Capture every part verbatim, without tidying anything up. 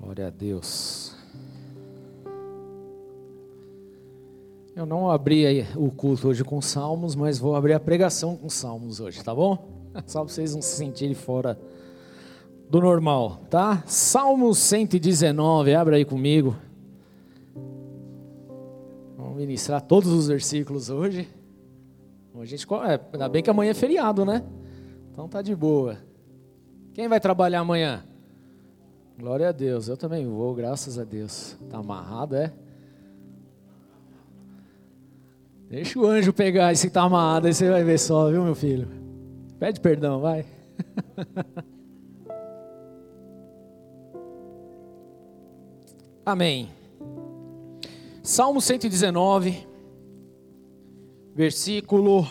Glória a Deus. Eu não abri o culto hoje com salmos, mas vou abrir a pregação com salmos hoje, tá bom? Só para vocês não se sentirem fora do normal, tá? Salmo cento e dezenove, abre aí comigo. Vamos ministrar todos os versículos hoje. A gente, é, ainda bem que amanhã é feriado, né? Então tá de boa. Quem vai trabalhar amanhã? Glória a Deus, eu também vou, graças a Deus. Tá amarrado, é? Deixa o anjo pegar esse tá amarrado, aí você vai ver só, viu, meu filho? Pede perdão, vai. Amém. Salmo cento e dezenove, versículo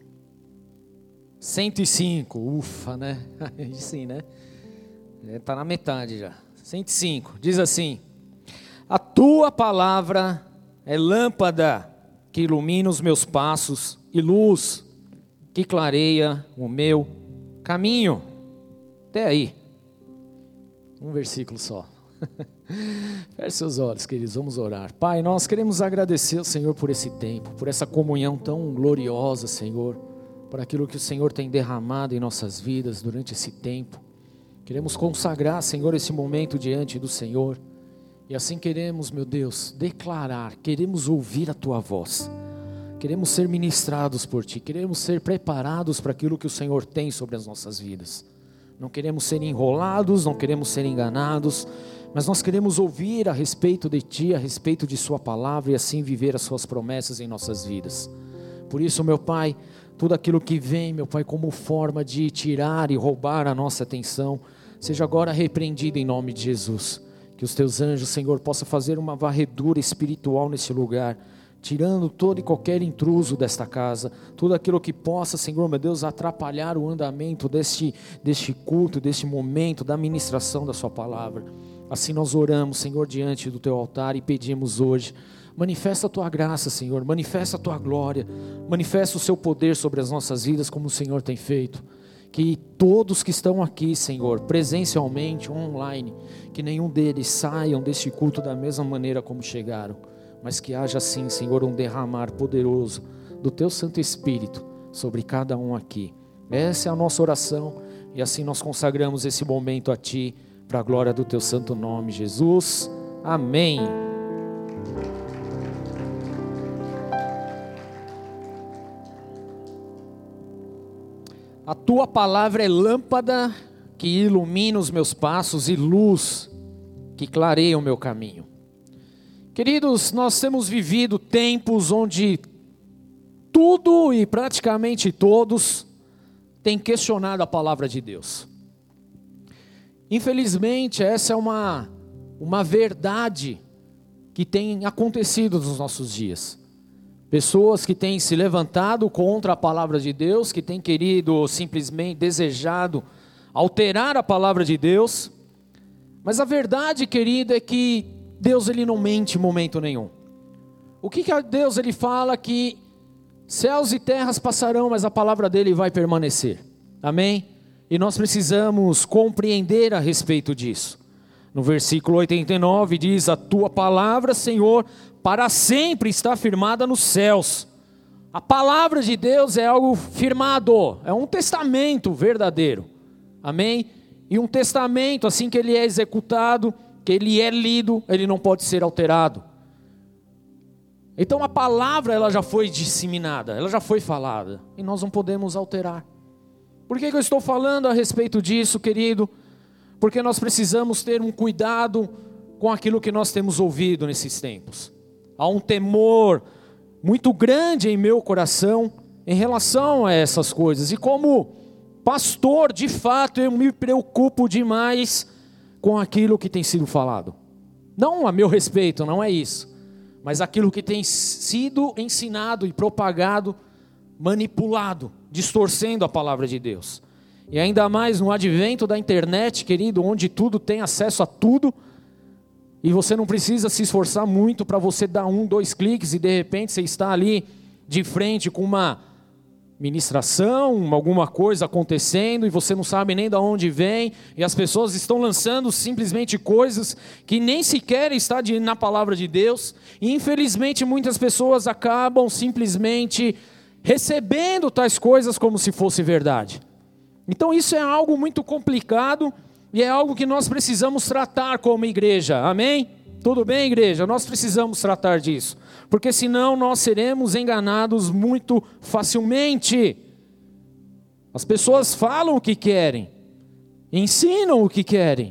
cento e cinco. Ufa, né? Aí sim, né? Está na metade já. cento e cinco, diz assim: a tua palavra é lâmpada que ilumina os meus passos e luz que clareia o meu caminho. Até aí. Um versículo só. Feche seus olhos, queridos, vamos orar. Pai, nós queremos agradecer ao Senhor por esse tempo, por essa comunhão tão gloriosa, Senhor, por aquilo que o Senhor tem derramado em nossas vidas durante esse tempo. Queremos consagrar, Senhor, esse momento diante do Senhor. E assim queremos, meu Deus, declarar, queremos ouvir a Tua voz. Queremos ser ministrados por Ti, queremos ser preparados para aquilo que o Senhor tem sobre as nossas vidas. Não queremos ser enrolados, não queremos ser enganados, mas nós queremos ouvir a respeito de Ti, a respeito de Sua palavra e assim viver as Suas promessas em nossas vidas. Por isso, meu Pai, tudo aquilo que vem, meu Pai, como forma de tirar e roubar a nossa atenção, seja agora repreendido em nome de Jesus. Que os Teus anjos, Senhor, possam fazer uma varredura espiritual nesse lugar, tirando todo e qualquer intruso desta casa, tudo aquilo que possa, Senhor, meu Deus, atrapalhar o andamento deste, deste culto, deste momento, da ministração da Sua palavra. Assim nós oramos, Senhor, diante do Teu altar e pedimos hoje, manifesta a Tua graça, Senhor, manifesta a Tua glória, manifesta o Seu poder sobre as nossas vidas como o Senhor tem feito. Que todos que estão aqui, Senhor, presencialmente ou online, que nenhum deles saiam deste culto da mesma maneira como chegaram, mas que haja sim, Senhor, um derramar poderoso do Teu Santo Espírito sobre cada um aqui. Essa é a nossa oração e assim nós consagramos esse momento a Ti, para a glória do Teu santo nome, Jesus. Amém. A Tua palavra é lâmpada que ilumina os meus passos e luz que clareia o meu caminho. Queridos, nós temos vivido tempos onde tudo e praticamente todos têm questionado a palavra de Deus. Infelizmente, essa é uma, uma verdade que tem acontecido nos nossos dias. Pessoas que têm se levantado contra a palavra de Deus, que têm querido simplesmente desejado alterar a palavra de Deus. Mas a verdade, querida, é que Deus ele não mente em momento nenhum. O que que Deus ele fala? Que céus e terras passarão, mas a palavra dele vai permanecer. Amém? E nós precisamos compreender a respeito disso. No versículo oitenta e nove diz: a Tua palavra, Senhor, para sempre está firmada nos céus. A palavra de Deus é algo firmado, é um testamento verdadeiro. Amém? E um testamento, assim que ele é executado, que ele é lido, ele não pode ser alterado. Então a palavra ela já foi disseminada, ela já foi falada, e nós não podemos alterar. Por que que eu estou falando a respeito disso, querido? Porque nós precisamos ter um cuidado com aquilo que nós temos ouvido nesses tempos. Há um temor muito grande em meu coração em relação a essas coisas. E como pastor, de fato, eu me preocupo demais com aquilo que tem sido falado. Não a meu respeito, não é isso. Mas aquilo que tem sido ensinado e propagado, manipulado, distorcendo a palavra de Deus. E ainda mais no advento da internet, querido, onde tudo tem acesso a tudo, e você não precisa se esforçar muito para você dar um, dois cliques e de repente você está ali de frente com uma, ministração, alguma coisa acontecendo e você não sabe nem de onde vem, e as pessoas estão lançando simplesmente coisas que nem sequer está de, na palavra de Deus, e infelizmente muitas pessoas acabam simplesmente recebendo tais coisas como se fosse verdade. Então isso é algo muito complicado e é algo que nós precisamos tratar como igreja, amém? Tudo bem, igreja? Nós precisamos tratar disso, porque senão nós seremos enganados muito facilmente. As pessoas falam o que querem, ensinam o que querem.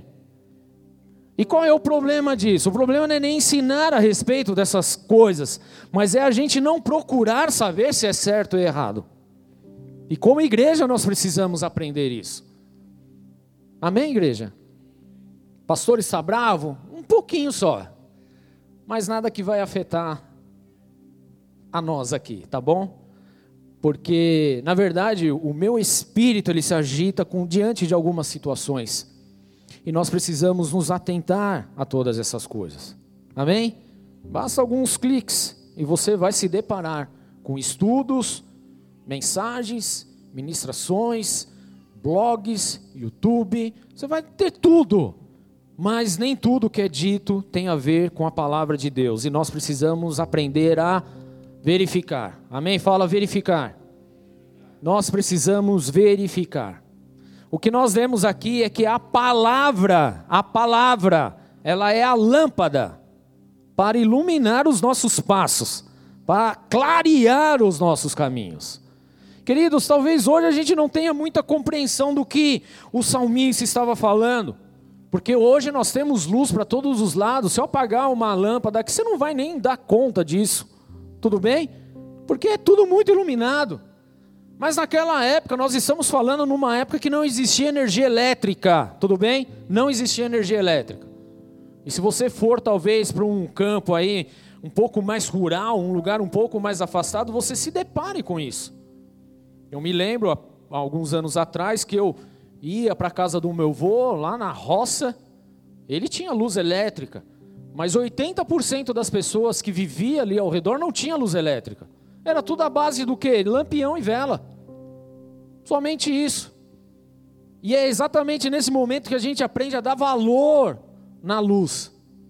E qual é o problema disso? O problema não é nem ensinar a respeito dessas coisas, mas é a gente não procurar saber se é certo ou errado. E como igreja nós precisamos aprender isso. Amém, igreja? Pastor está bravo? Um pouquinho só, mas nada que vai afetar a nós aqui, tá bom? Porque, na verdade, o meu espírito ele se agita com, diante de algumas situações, e nós precisamos nos atentar a todas essas coisas, amém? Basta alguns cliques, e você vai se deparar com estudos, mensagens, ministrações, blogs, YouTube, você vai ter tudo. Mas nem tudo que é dito tem a ver com a palavra de Deus. E nós precisamos aprender a verificar. Amém? Fala verificar. Nós precisamos verificar. O que nós vemos aqui é que a palavra, a palavra, ela é a lâmpada para iluminar os nossos passos, para clarear os nossos caminhos. Queridos, talvez hoje a gente não tenha muita compreensão do que o salmista estava falando. Porque hoje nós temos luz para todos os lados. Se eu apagar uma lâmpada aqui, você não vai nem dar conta disso. Tudo bem? Porque é tudo muito iluminado. Mas naquela época, nós estamos falando numa época que não existia energia elétrica. Tudo bem? Não existia energia elétrica. E se você for talvez para um campo aí um pouco mais rural, um lugar um pouco mais afastado, você se depare com isso. Eu me lembro há alguns anos atrás que eu ia para a casa do meu avô, lá na roça, ele tinha luz elétrica, mas oitenta por cento das pessoas que viviam ali ao redor não tinha luz elétrica. Era tudo à base do quê? Lampião e vela. Somente isso. E é exatamente nesse momento que a gente aprende a dar valor na luz.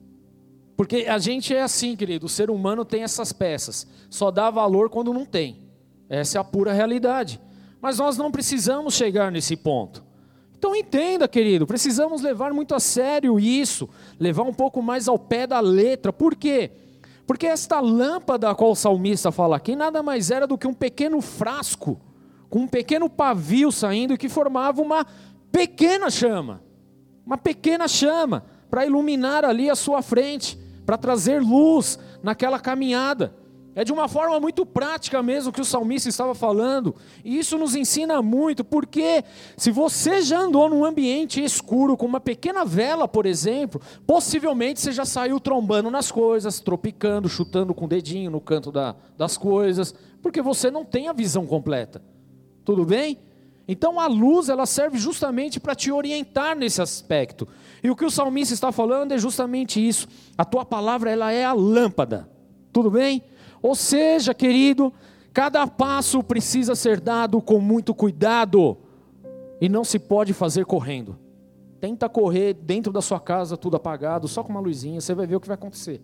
Porque a gente é assim, querido, o ser humano tem essas peças, só dá valor quando não tem. Essa é a pura realidade. Mas nós não precisamos chegar nesse ponto. Então entenda, querido, precisamos levar muito a sério isso, levar um pouco mais ao pé da letra. Por quê? Porque esta lâmpada a qual o salmista fala aqui, nada mais era do que um pequeno frasco, com um pequeno pavio saindo que formava uma pequena chama, uma pequena chama, para iluminar ali a sua frente, para trazer luz naquela caminhada. É de uma forma muito prática mesmo que o salmista estava falando. E isso nos ensina muito, porque se você já andou num ambiente escuro com uma pequena vela, por exemplo, possivelmente você já saiu trombando nas coisas, tropicando, chutando com o dedinho no canto da, das coisas, porque você não tem a visão completa. Tudo bem? Então a luz ela serve justamente para te orientar nesse aspecto. E o que o salmista está falando é justamente isso. A tua palavra ela é a lâmpada. Tudo bem? Ou seja, querido, cada passo precisa ser dado com muito cuidado e não se pode fazer correndo. Tenta correr dentro da sua casa, tudo apagado, só com uma luzinha, você vai ver o que vai acontecer.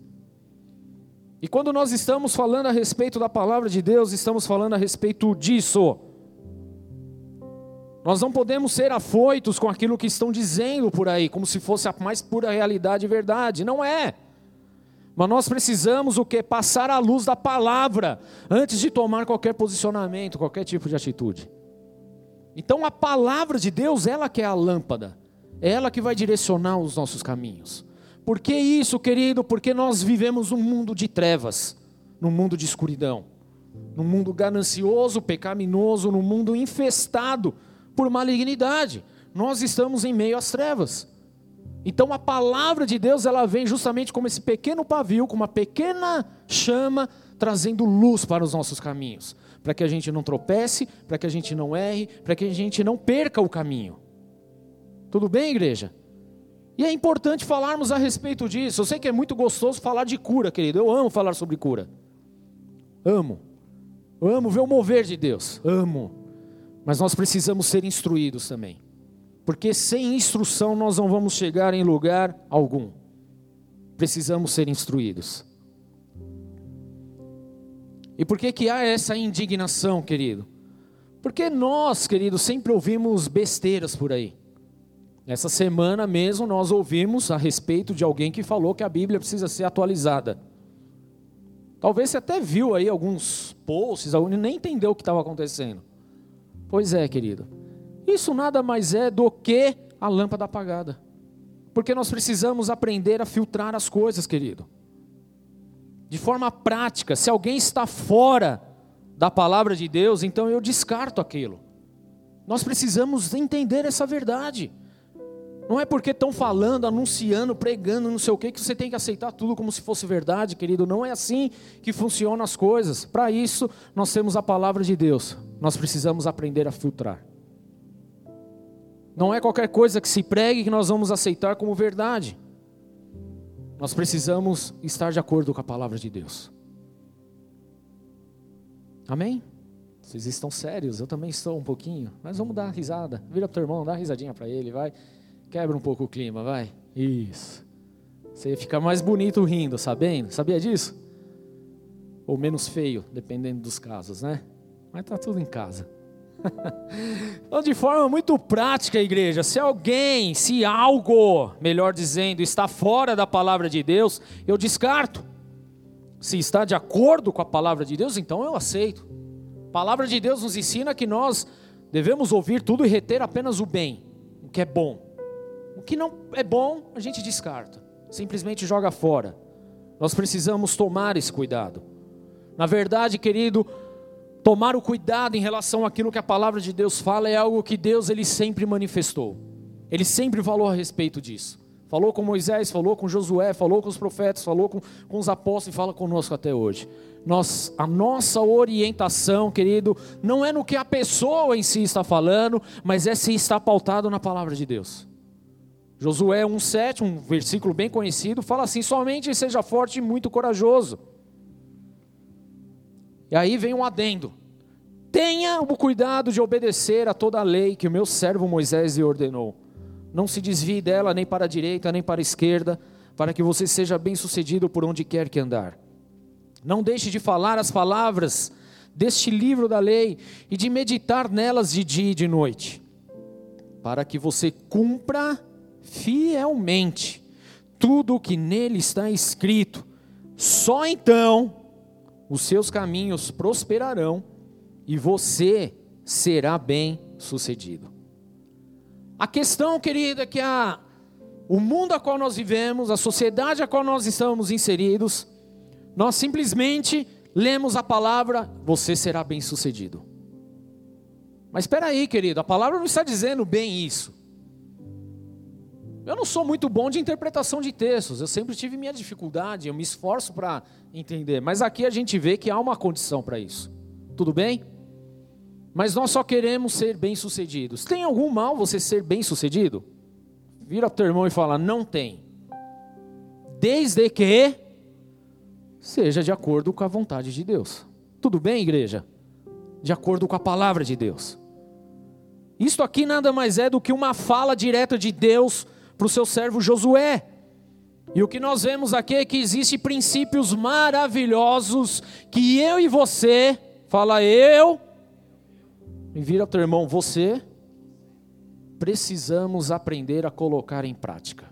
E quando nós estamos falando a respeito da palavra de Deus, estamos falando a respeito disso. Nós não podemos ser afoitos com aquilo que estão dizendo por aí, como se fosse a mais pura realidade e verdade. Não é. Mas nós precisamos o quê? Passar a luz da palavra antes de tomar qualquer posicionamento, qualquer tipo de atitude. Então a palavra de Deus, ela que é a lâmpada, é ela que vai direcionar os nossos caminhos. Por que isso, querido? Porque nós vivemos um mundo de trevas, num mundo de escuridão, num mundo ganancioso, pecaminoso, num mundo infestado por malignidade. Nós estamos em meio às trevas. Então a palavra de Deus, ela vem justamente como esse pequeno pavio, com uma pequena chama, trazendo luz para os nossos caminhos, para que a gente não tropece, para que a gente não erre, para que a gente não perca o caminho. Tudo bem, igreja? E é importante falarmos a respeito disso. Eu sei que é muito gostoso falar de cura, querido, eu amo falar sobre cura, amo, Eu amo ver o mover de Deus, amo. Mas nós precisamos ser instruídos também. Porque sem instrução nós não vamos chegar em lugar algum. Precisamos ser instruídos. E por que que há essa indignação, querido? Porque nós, querido, sempre ouvimos besteiras por aí. Essa semana mesmo nós ouvimos a respeito de alguém que falou que a Bíblia precisa ser atualizada. Talvez você até viu aí alguns posts, alguém nem entendeu o que estava acontecendo. Pois é, querido. Isso nada mais é do que a lâmpada apagada. Porque nós precisamos aprender a filtrar as coisas, querido. De forma prática, se alguém está fora da palavra de Deus, então eu descarto aquilo. Nós precisamos entender essa verdade. Não é porque estão falando, anunciando, pregando, não sei o que, que você tem que aceitar tudo como se fosse verdade, querido. Não é assim que funcionam as coisas. Para isso, nós temos a palavra de Deus. Nós precisamos aprender a filtrar. Não é qualquer coisa que se pregue que nós vamos aceitar como verdade. Nós precisamos estar de acordo com a palavra de Deus. Amém? Vocês estão sérios? Eu também estou um pouquinho. Mas vamos dar uma risada. Vira para o teu irmão, dá uma risadinha para ele, vai. Quebra um pouco o clima, vai. Isso. Você fica mais bonito rindo, sabendo? Sabia disso? Ou menos feio, dependendo dos casos, né? Mas tá tudo em casa. Então, de forma muito prática, igreja, se alguém, se algo, melhor dizendo, está fora da palavra de Deus, eu descarto. Se está de acordo com a palavra de Deus, então eu aceito. A palavra de Deus nos ensina que nós devemos ouvir tudo e reter apenas o bem, o que é bom. O que não é bom, a gente descarta, simplesmente joga fora. Nós precisamos tomar esse cuidado. Na verdade, querido, tomar o cuidado em relação àquilo que a palavra de Deus fala é algo que Deus ele sempre manifestou. Ele sempre falou a respeito disso. Falou com Moisés, falou com Josué, falou com os profetas, falou com, com os apóstolos e fala conosco até hoje. Nós, a nossa orientação, querido, não é no que a pessoa em si está falando, mas é se está pautado na palavra de Deus. Josué um sete, um versículo bem conhecido, fala assim: somente seja forte e muito corajoso. E aí vem um adendo: tenha o cuidado de obedecer a toda a lei que o meu servo Moisés lhe ordenou. Não se desvie dela nem para a direita nem para a esquerda, para que você seja bem sucedido por onde quer que andar. Não deixe de falar as palavras deste livro da lei e de meditar nelas de dia e de noite, para que você cumpra fielmente tudo o que nele está escrito. Só então os seus caminhos prosperarão e você será bem sucedido. A questão, querida, é que a, o mundo a qual nós vivemos, a sociedade a qual nós estamos inseridos, nós simplesmente lemos a palavra: você será bem sucedido. Mas espera aí, querido, a palavra não está dizendo bem isso. Eu não sou muito bom de interpretação de textos, eu sempre tive minha dificuldade, eu me esforço para entender, mas aqui a gente vê que há uma condição para isso, tudo bem? Mas nós só queremos ser bem-sucedidos. Tem algum mal você ser bem-sucedido? Vira para o teu irmão e fala: não tem. Desde que seja de acordo com a vontade de Deus. Tudo bem, igreja? De acordo com a palavra de Deus. Isto aqui nada mais é do que uma fala direta de Deus para o seu servo Josué. E o que nós vemos aqui é que existem princípios maravilhosos que eu e você, fala eu, e vira para o teu irmão, você, precisamos aprender a colocar em prática.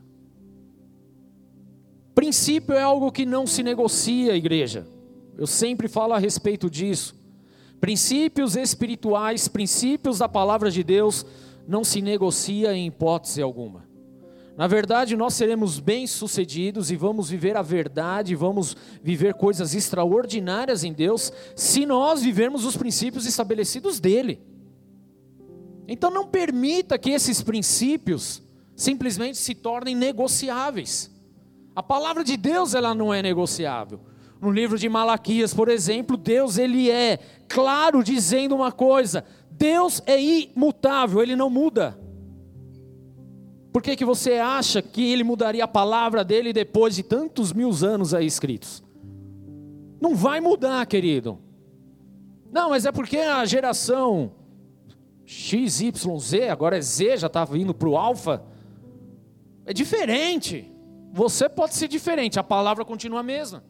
Princípio é algo que não se negocia, igreja. Eu sempre falo a respeito disso. Princípios espirituais, princípios da palavra de Deus, não se negocia em hipótese alguma. Na verdade, nós seremos bem-sucedidos e vamos viver a verdade, vamos viver coisas extraordinárias em Deus, se nós vivermos os princípios estabelecidos dele. Então não permita que esses princípios simplesmente se tornem negociáveis. A palavra de Deus, ela não é negociável. No livro de Malaquias, por exemplo, Deus ele é claro dizendo uma coisa: Deus é imutável, ele não muda. Por que que você acha que ele mudaria a palavra dele depois de tantos mil anos aí escritos? Não vai mudar, querido. Não, mas é porque a geração X, Y, Z, agora é Z, já está vindo para o alfa. É diferente. Você pode ser diferente, a palavra continua a mesma.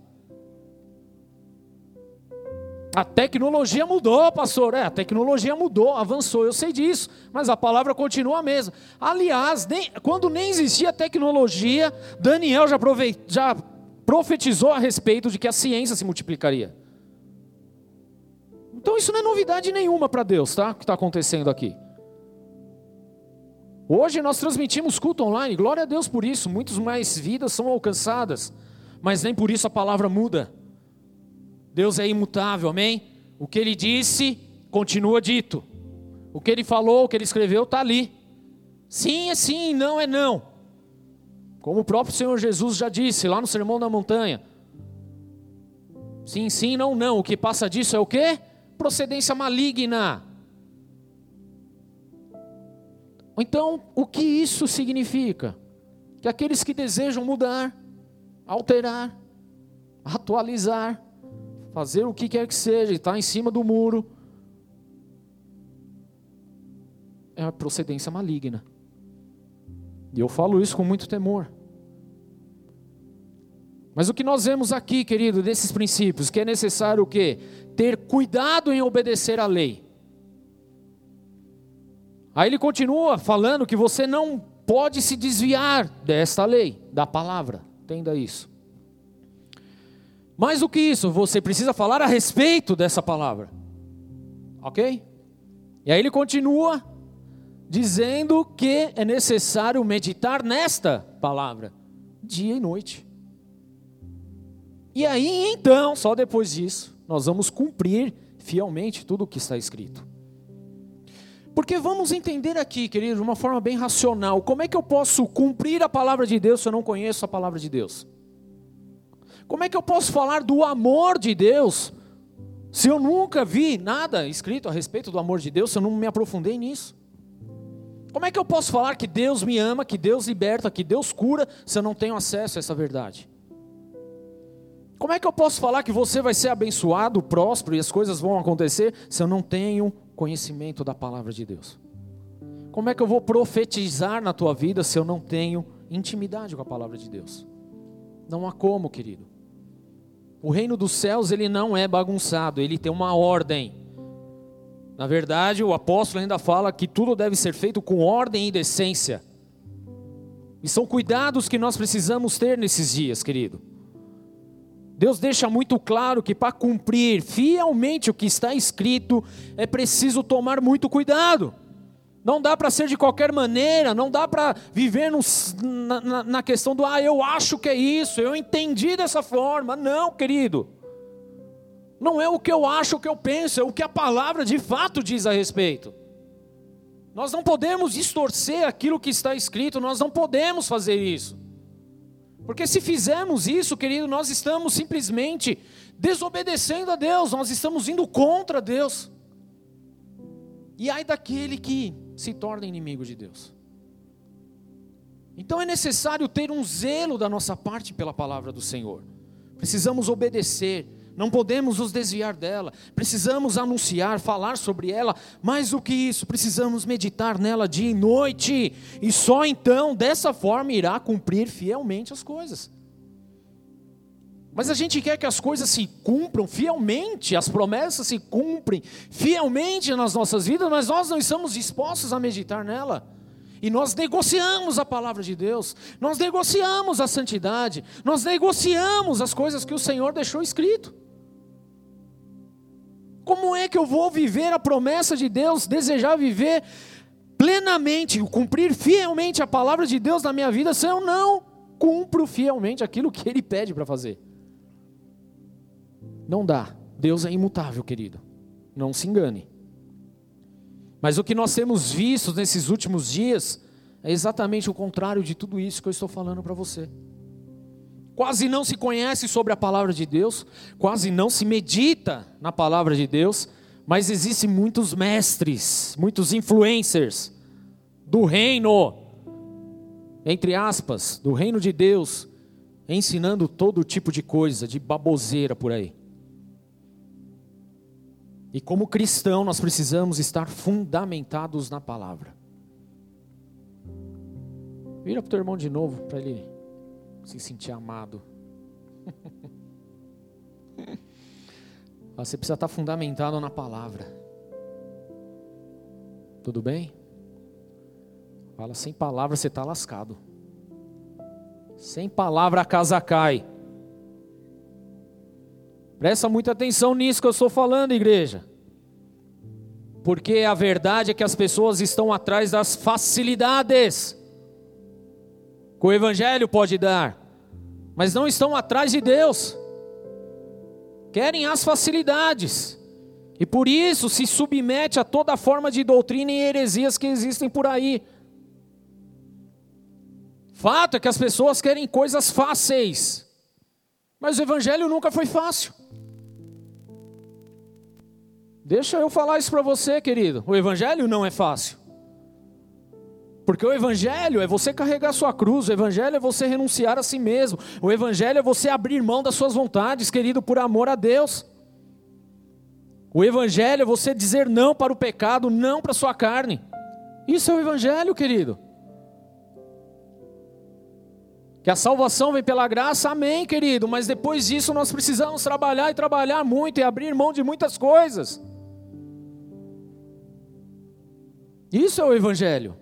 A tecnologia mudou, pastor. É, a tecnologia mudou, avançou, eu sei disso. Mas a palavra continua a mesma. Aliás, nem, quando nem existia tecnologia, Daniel já, prove, já profetizou a respeito de que a ciência se multiplicaria. Então isso não é novidade nenhuma para Deus, tá? O que está acontecendo aqui. Hoje nós transmitimos culto online, glória a Deus por isso. Muitas mais vidas são alcançadas. Mas nem por isso a palavra muda. Deus é imutável, amém? O que Ele disse, continua dito. O que Ele falou, o que Ele escreveu, está ali. Sim é sim, não é não. Como o próprio Senhor Jesus já disse, lá no Sermão da Montanha. Sim, sim, não, não. O que passa disso é o quê? Procedência maligna. Então, o que isso significa? Que aqueles que desejam mudar, alterar, atualizar, fazer o que quer que seja, e está em cima do muro, é a procedência maligna. E eu falo isso com muito temor. Mas o que nós vemos aqui, querido, desses princípios, que é necessário o quê? Ter cuidado em obedecer à lei. Aí ele continua falando que você não pode se desviar desta lei, da palavra, entenda isso. Mais do que isso, você precisa falar a respeito dessa palavra. Ok? E aí ele continua dizendo que é necessário meditar nesta palavra, dia e noite. E aí então, só depois disso, nós vamos cumprir fielmente tudo o que está escrito. Porque vamos entender aqui, querido, de uma forma bem racional, como é que eu posso cumprir a palavra de Deus se eu não conheço a palavra de Deus? Como é que eu posso falar do amor de Deus se eu nunca vi nada escrito a respeito do amor de Deus, se eu não me aprofundei nisso? Como é que eu posso falar que Deus me ama, que Deus liberta, que Deus cura, se eu não tenho acesso a essa verdade? Como é que eu posso falar que você vai ser abençoado, próspero e as coisas vão acontecer, se eu não tenho conhecimento da palavra de Deus? Como é que eu vou profetizar na tua vida se eu não tenho intimidade com a palavra de Deus? Não há como, querido. O reino dos céus, ele não é bagunçado, ele tem uma ordem. Na verdade, o apóstolo ainda fala que tudo deve ser feito com ordem e decência. E são cuidados que nós precisamos ter nesses dias, querido. Deus deixa muito claro que para cumprir fielmente o que está escrito, é preciso tomar muito cuidado. Não dá para ser de qualquer maneira, não dá para viver no, na, na, na questão do, ah, eu acho que é isso, eu entendi dessa forma. Não, querido. Não é o que eu acho, o que eu penso, é o que a palavra de fato diz a respeito. Nós não podemos distorcer aquilo que está escrito, nós não podemos fazer isso. Porque se fizermos isso, querido, nós estamos simplesmente desobedecendo a Deus, nós estamos indo contra Deus. E ai daquele que se torna inimigo de Deus. Então é necessário ter um zelo da nossa parte pela palavra do Senhor. Precisamos obedecer, não podemos nos desviar dela, precisamos anunciar, falar sobre ela, mais do que isso, precisamos meditar nela dia e noite, e só então, dessa forma, irá cumprir fielmente as coisas. Mas a gente quer que as coisas se cumpram fielmente, as promessas se cumprem fielmente nas nossas vidas, mas nós não estamos dispostos a meditar nela. E nós negociamos a palavra de Deus, nós negociamos a santidade, nós negociamos as coisas que o Senhor deixou escrito. Como é que eu vou viver a promessa de Deus, desejar viver plenamente, cumprir fielmente a palavra de Deus na minha vida, se eu não cumpro fielmente aquilo que Ele pede para fazer? Não dá. Deus é imutável, querido. Não se engane. Mas o que nós temos visto nesses últimos dias é exatamente o contrário de tudo isso que eu estou falando para você. Quase não se conhece sobre a palavra de Deus, quase não se medita na palavra de Deus, mas existem muitos mestres, muitos influencers do reino, entre aspas, do reino de Deus, ensinando todo tipo de coisa, de baboseira por aí. E como cristão, nós precisamos estar fundamentados na palavra. Vira para o teu irmão de novo, para ele se sentir amado. Você precisa estar fundamentado na palavra. Tudo bem? Fala, sem palavra você está lascado. Sem palavra a casa cai. Presta muita atenção nisso que eu estou falando, igreja. Porque a verdade é que as pessoas estão atrás das facilidades que o Evangelho pode dar, mas não estão atrás de Deus. Querem as facilidades. E por isso se submete a toda forma de doutrina e heresias que existem por aí. Fato é que as pessoas querem coisas fáceis. Mas o Evangelho nunca foi fácil. Deixa eu falar isso para você, querido. O Evangelho não é fácil. Porque o Evangelho é você carregar a sua cruz. O Evangelho é você renunciar a si mesmo. O Evangelho é você abrir mão das suas vontades, querido, por amor a Deus. O Evangelho é você dizer não para o pecado, não para a sua carne. Isso é o Evangelho, querido. Que a salvação vem pela graça, amém, querido. Mas depois disso nós precisamos trabalhar e trabalhar muito e abrir mão de muitas coisas. Isso é o Evangelho.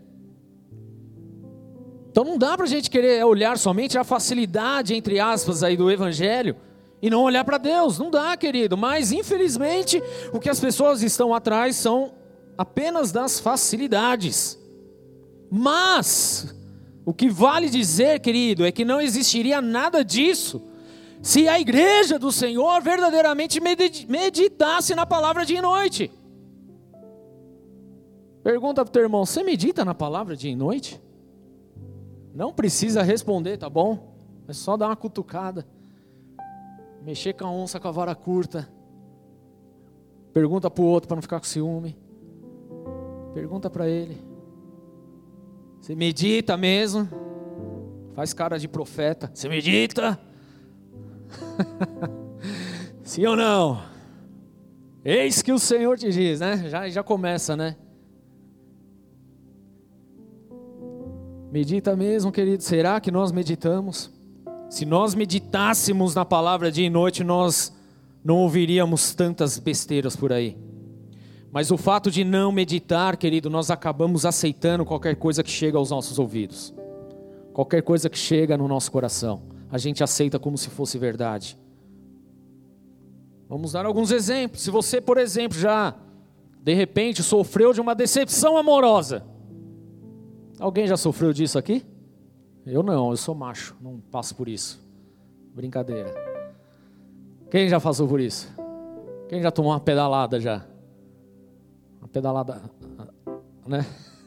Então não dá para a gente querer olhar somente a facilidade, entre aspas, aí do Evangelho e não olhar para Deus. Não dá, querido. Mas infelizmente o que as pessoas estão atrás são apenas das facilidades. Mas o que vale dizer, querido, é que não existiria nada disso se a igreja do Senhor verdadeiramente meditasse na palavra dia e noite. Pergunta para o teu irmão, você medita na palavra dia e noite? Não precisa responder, tá bom? É só dar uma cutucada. Mexer com a onça com a vara curta. Pergunta para o outro para não ficar com ciúme. Pergunta para ele. Você medita mesmo? Faz cara de profeta. Você medita? Sim ou não? Eis que o Senhor te diz, né? Já, já começa, né? Medita mesmo, querido. Será que nós meditamos? Se nós meditássemos na palavra dia e noite, nós não ouviríamos tantas besteiras por aí. Mas o fato de não meditar, querido, nós acabamos aceitando qualquer coisa que chega aos nossos ouvidos. Qualquer coisa que chega no nosso coração, a gente aceita como se fosse verdade. Vamos dar alguns exemplos. Se você, por exemplo, já, de repente, sofreu de uma decepção amorosa. Alguém já sofreu disso aqui? Eu não, eu sou macho, não passo por isso. Brincadeira. Quem já passou por isso? Quem já tomou uma pedalada já? Uma pedalada, né?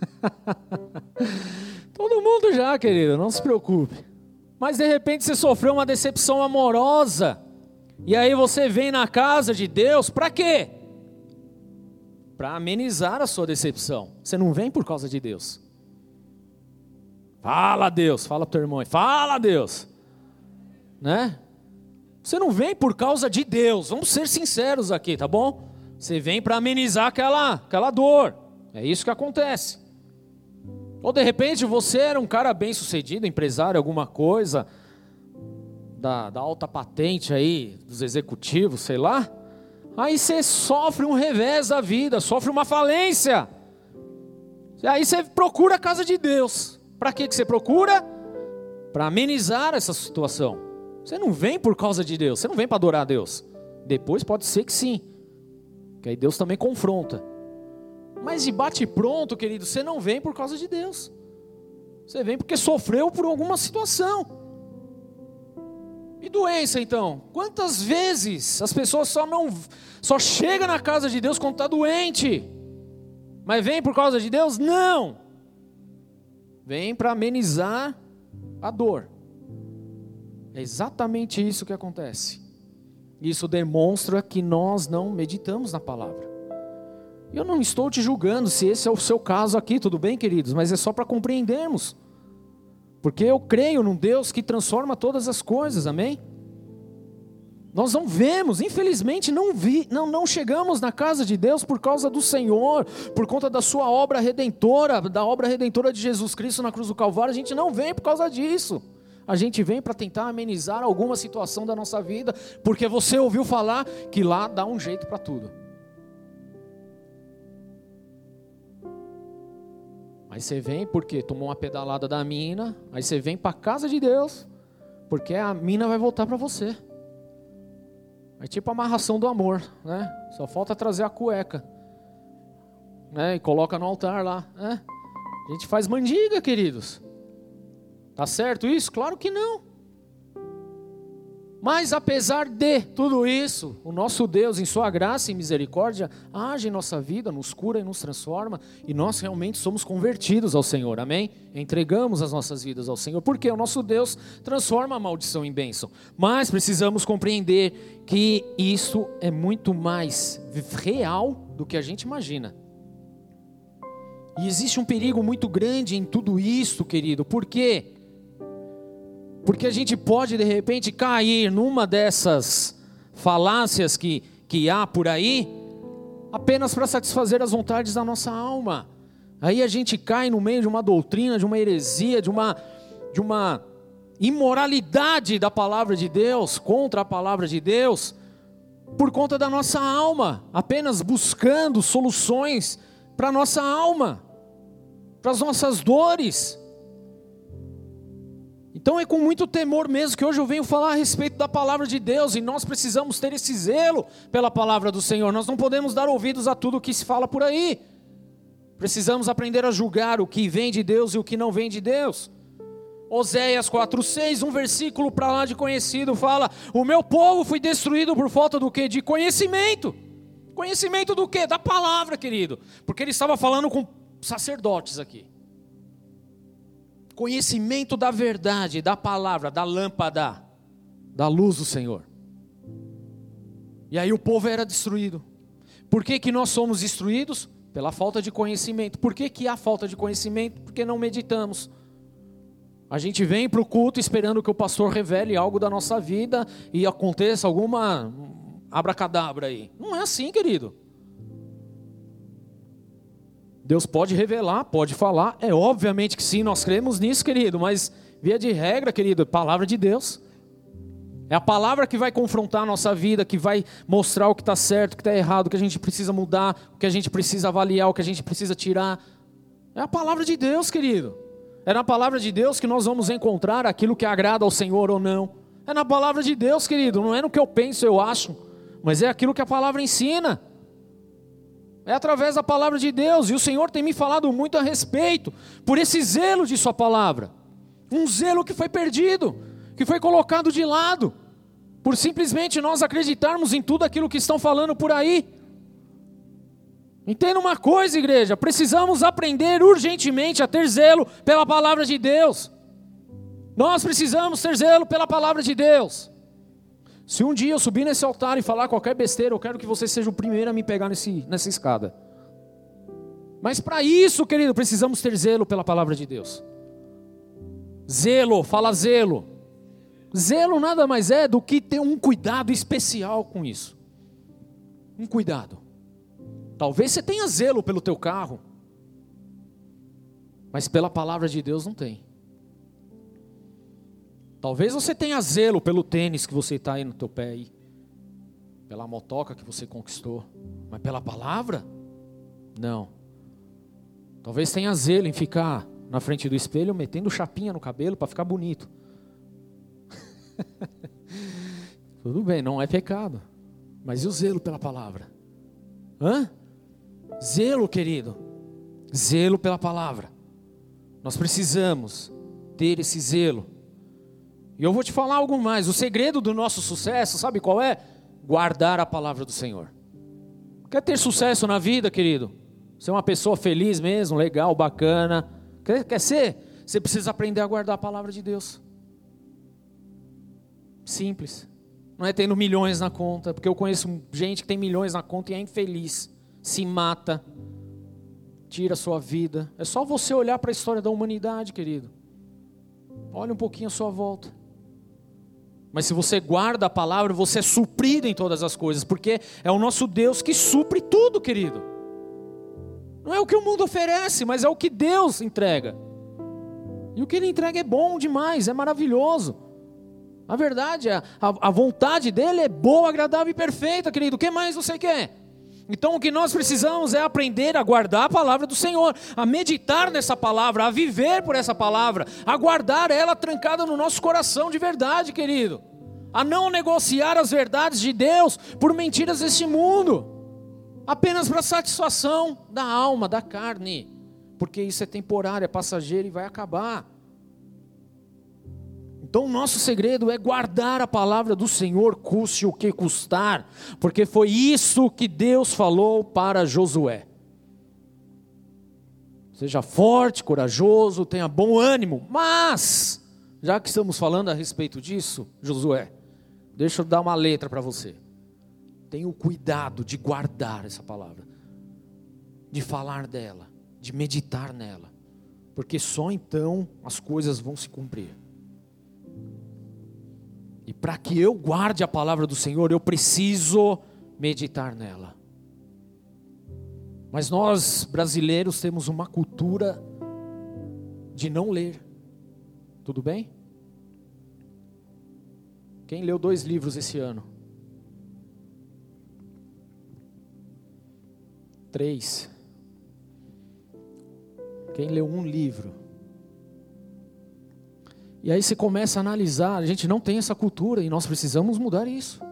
Todo mundo já, querido, não se preocupe. Mas de repente você sofreu uma decepção amorosa. E aí você vem na casa de Deus, para quê? Para amenizar a sua decepção. Você não vem por causa de Deus. Fala a Deus, fala pro teu irmão aí, fala a Deus, né? Você não vem por causa de Deus, vamos ser sinceros aqui, tá bom? Você vem para amenizar aquela, aquela dor, é isso que acontece. Ou de repente você era um cara bem sucedido, empresário, alguma coisa, da, da alta patente aí, dos executivos, sei lá. Aí você sofre um revés da vida, sofre uma falência. E aí você procura a casa de Deus. Para que você procura? Para amenizar essa situação. Você não vem por causa de Deus, você não vem para adorar a Deus. Depois pode ser que sim, que aí Deus também confronta. Mas de bate pronto, querido, você não vem por causa de Deus. Você vem porque sofreu por alguma situação. E doença então? Quantas vezes as pessoas só não só chegam na casa de Deus quando está doente? Mas vem por causa de Deus? Não! Vem para amenizar a dor. É exatamente isso que acontece. Isso demonstra que nós não meditamos na palavra. Eu não estou te julgando se esse é o seu caso aqui, tudo bem, queridos? Mas é só para compreendermos. Porque eu creio num Deus que transforma todas as coisas, amém? Nós não vemos, infelizmente não, vi, não, não chegamos na casa de Deus por causa do Senhor, por conta da sua obra redentora, da obra redentora de Jesus Cristo na cruz do Calvário. A gente não vem por causa disso. A gente vem para tentar amenizar alguma situação da nossa vida, porque você ouviu falar que lá dá um jeito para tudo. Aí você vem porque tomou uma pedalada da mina, aí você vem para a casa de Deus, porque a mina vai voltar para você. É tipo a amarração do amor, né? Só falta trazer a cueca, né? E coloca no altar lá, né? A gente faz mandiga, queridos. Tá certo isso? Claro que não. Mas apesar de tudo isso, o nosso Deus, em sua graça e misericórdia, age em nossa vida, nos cura e nos transforma, e nós realmente somos convertidos ao Senhor, amém? Entregamos as nossas vidas ao Senhor, porque o nosso Deus transforma a maldição em bênção. Mas precisamos compreender que isso é muito mais real do que a gente imagina. E existe um perigo muito grande em tudo isso, querido. Por quê? Porque a gente pode de repente cair numa dessas falácias que, que há por aí, apenas para satisfazer as vontades da nossa alma. Aí a gente cai no meio de uma doutrina, de uma heresia, de uma, de uma imoralidade da palavra de Deus, contra a palavra de Deus, por conta da nossa alma, apenas buscando soluções para a nossa alma, para as nossas dores. Então é com muito temor mesmo que hoje eu venho falar a respeito da palavra de Deus, e nós precisamos ter esse zelo pela palavra do Senhor. Nós não podemos dar ouvidos a tudo o que se fala por aí. Precisamos aprender a julgar o que vem de Deus e o que não vem de Deus. Oséias quatro, seis, um versículo para lá de conhecido, fala: o meu povo foi destruído por falta do quê? De conhecimento. Conhecimento do quê? Da palavra, querido. Porque ele estava falando com sacerdotes aqui. Conhecimento da verdade, da palavra, da lâmpada, da luz do Senhor. E aí o povo era destruído. Por que que nós somos destruídos? Pela falta de conhecimento. Por que que há falta de conhecimento? Porque não meditamos. A gente vem para o culto esperando que o pastor revele algo da nossa vida e aconteça alguma abracadabra aí. Não é assim, querido. Deus pode revelar, pode falar, é obviamente que sim, nós cremos nisso, querido, mas via de regra, querido, palavra de Deus. É a palavra que vai confrontar a nossa vida, que vai mostrar o que está certo, o que está errado, o que a gente precisa mudar, o que a gente precisa avaliar, o que a gente precisa tirar. É a palavra de Deus, querido. É na palavra de Deus que nós vamos encontrar aquilo que agrada ao Senhor ou não. É na palavra de Deus, querido, não é no que eu penso, eu acho, mas é aquilo que a palavra ensina. É através da palavra de Deus, e o Senhor tem me falado muito a respeito, por esse zelo de sua palavra, um zelo que foi perdido, que foi colocado de lado, por simplesmente nós acreditarmos em tudo aquilo que estão falando por aí. Entenda uma coisa, igreja, precisamos aprender urgentemente a ter zelo pela palavra de Deus. Nós precisamos ter zelo pela palavra de Deus. Se um dia eu subir nesse altar e falar qualquer besteira, eu quero que você seja o primeiro a me pegar nesse, nessa escada. Mas para isso, querido, precisamos ter zelo pela palavra de Deus. Zelo, fala zelo. Zelo nada mais é do que ter um cuidado especial com isso. Um cuidado. Talvez você tenha zelo pelo teu carro, mas pela palavra de Deus não tem. Talvez você tenha zelo pelo tênis que você está aí no teu pé aí, pela motoca que você conquistou, mas pela palavra? Não. Talvez tenha zelo em ficar na frente do espelho metendo chapinha no cabelo para ficar bonito. Tudo bem, não é pecado, mas e o zelo pela palavra? Hã? Zelo, querido, zelo pela palavra. Nós precisamos ter esse zelo. E eu vou te falar algo mais. O segredo do nosso sucesso, sabe qual é? Guardar a palavra do Senhor. Quer ter sucesso na vida, querido? Ser uma pessoa feliz mesmo, legal, bacana. Quer, quer ser? Você precisa aprender a guardar a palavra de Deus. Simples. Não é tendo milhões na conta, porque eu conheço gente que tem milhões na conta e é infeliz. Se mata. Tira a sua vida. É só você olhar para a história da humanidade, querido. Olha um pouquinho à sua volta. Mas se você guarda a palavra, você é suprido em todas as coisas, porque é o nosso Deus que supre tudo, querido. Não é o que o mundo oferece, mas é o que Deus entrega. E o que Ele entrega é bom demais, é maravilhoso. A verdade é, a, a vontade dEle é boa, agradável e perfeita, querido. O que mais você quer? Então o que nós precisamos é aprender a guardar a palavra do Senhor, a meditar nessa palavra, a viver por essa palavra, a guardar ela trancada no nosso coração de verdade, querido. A não negociar as verdades de Deus por mentiras deste mundo, apenas para satisfação da alma, da carne, porque isso é temporário, é passageiro e vai acabar. Então o nosso segredo é guardar a palavra do Senhor, custe o que custar, porque foi isso que Deus falou para Josué. Seja forte, corajoso, tenha bom ânimo, mas, já que estamos falando a respeito disso, Josué, deixa eu dar uma letra para você. Tenha o cuidado de guardar essa palavra, de falar dela, de meditar nela, porque só então as coisas vão se cumprir. E para que eu guarde a palavra do Senhor, eu preciso meditar nela. Mas nós, brasileiros, temos uma cultura de não ler. Tudo bem? Quem leu dois livros esse ano? Três. Quem leu um livro? E aí você começa a analisar, a gente não tem essa cultura e nós precisamos mudar isso.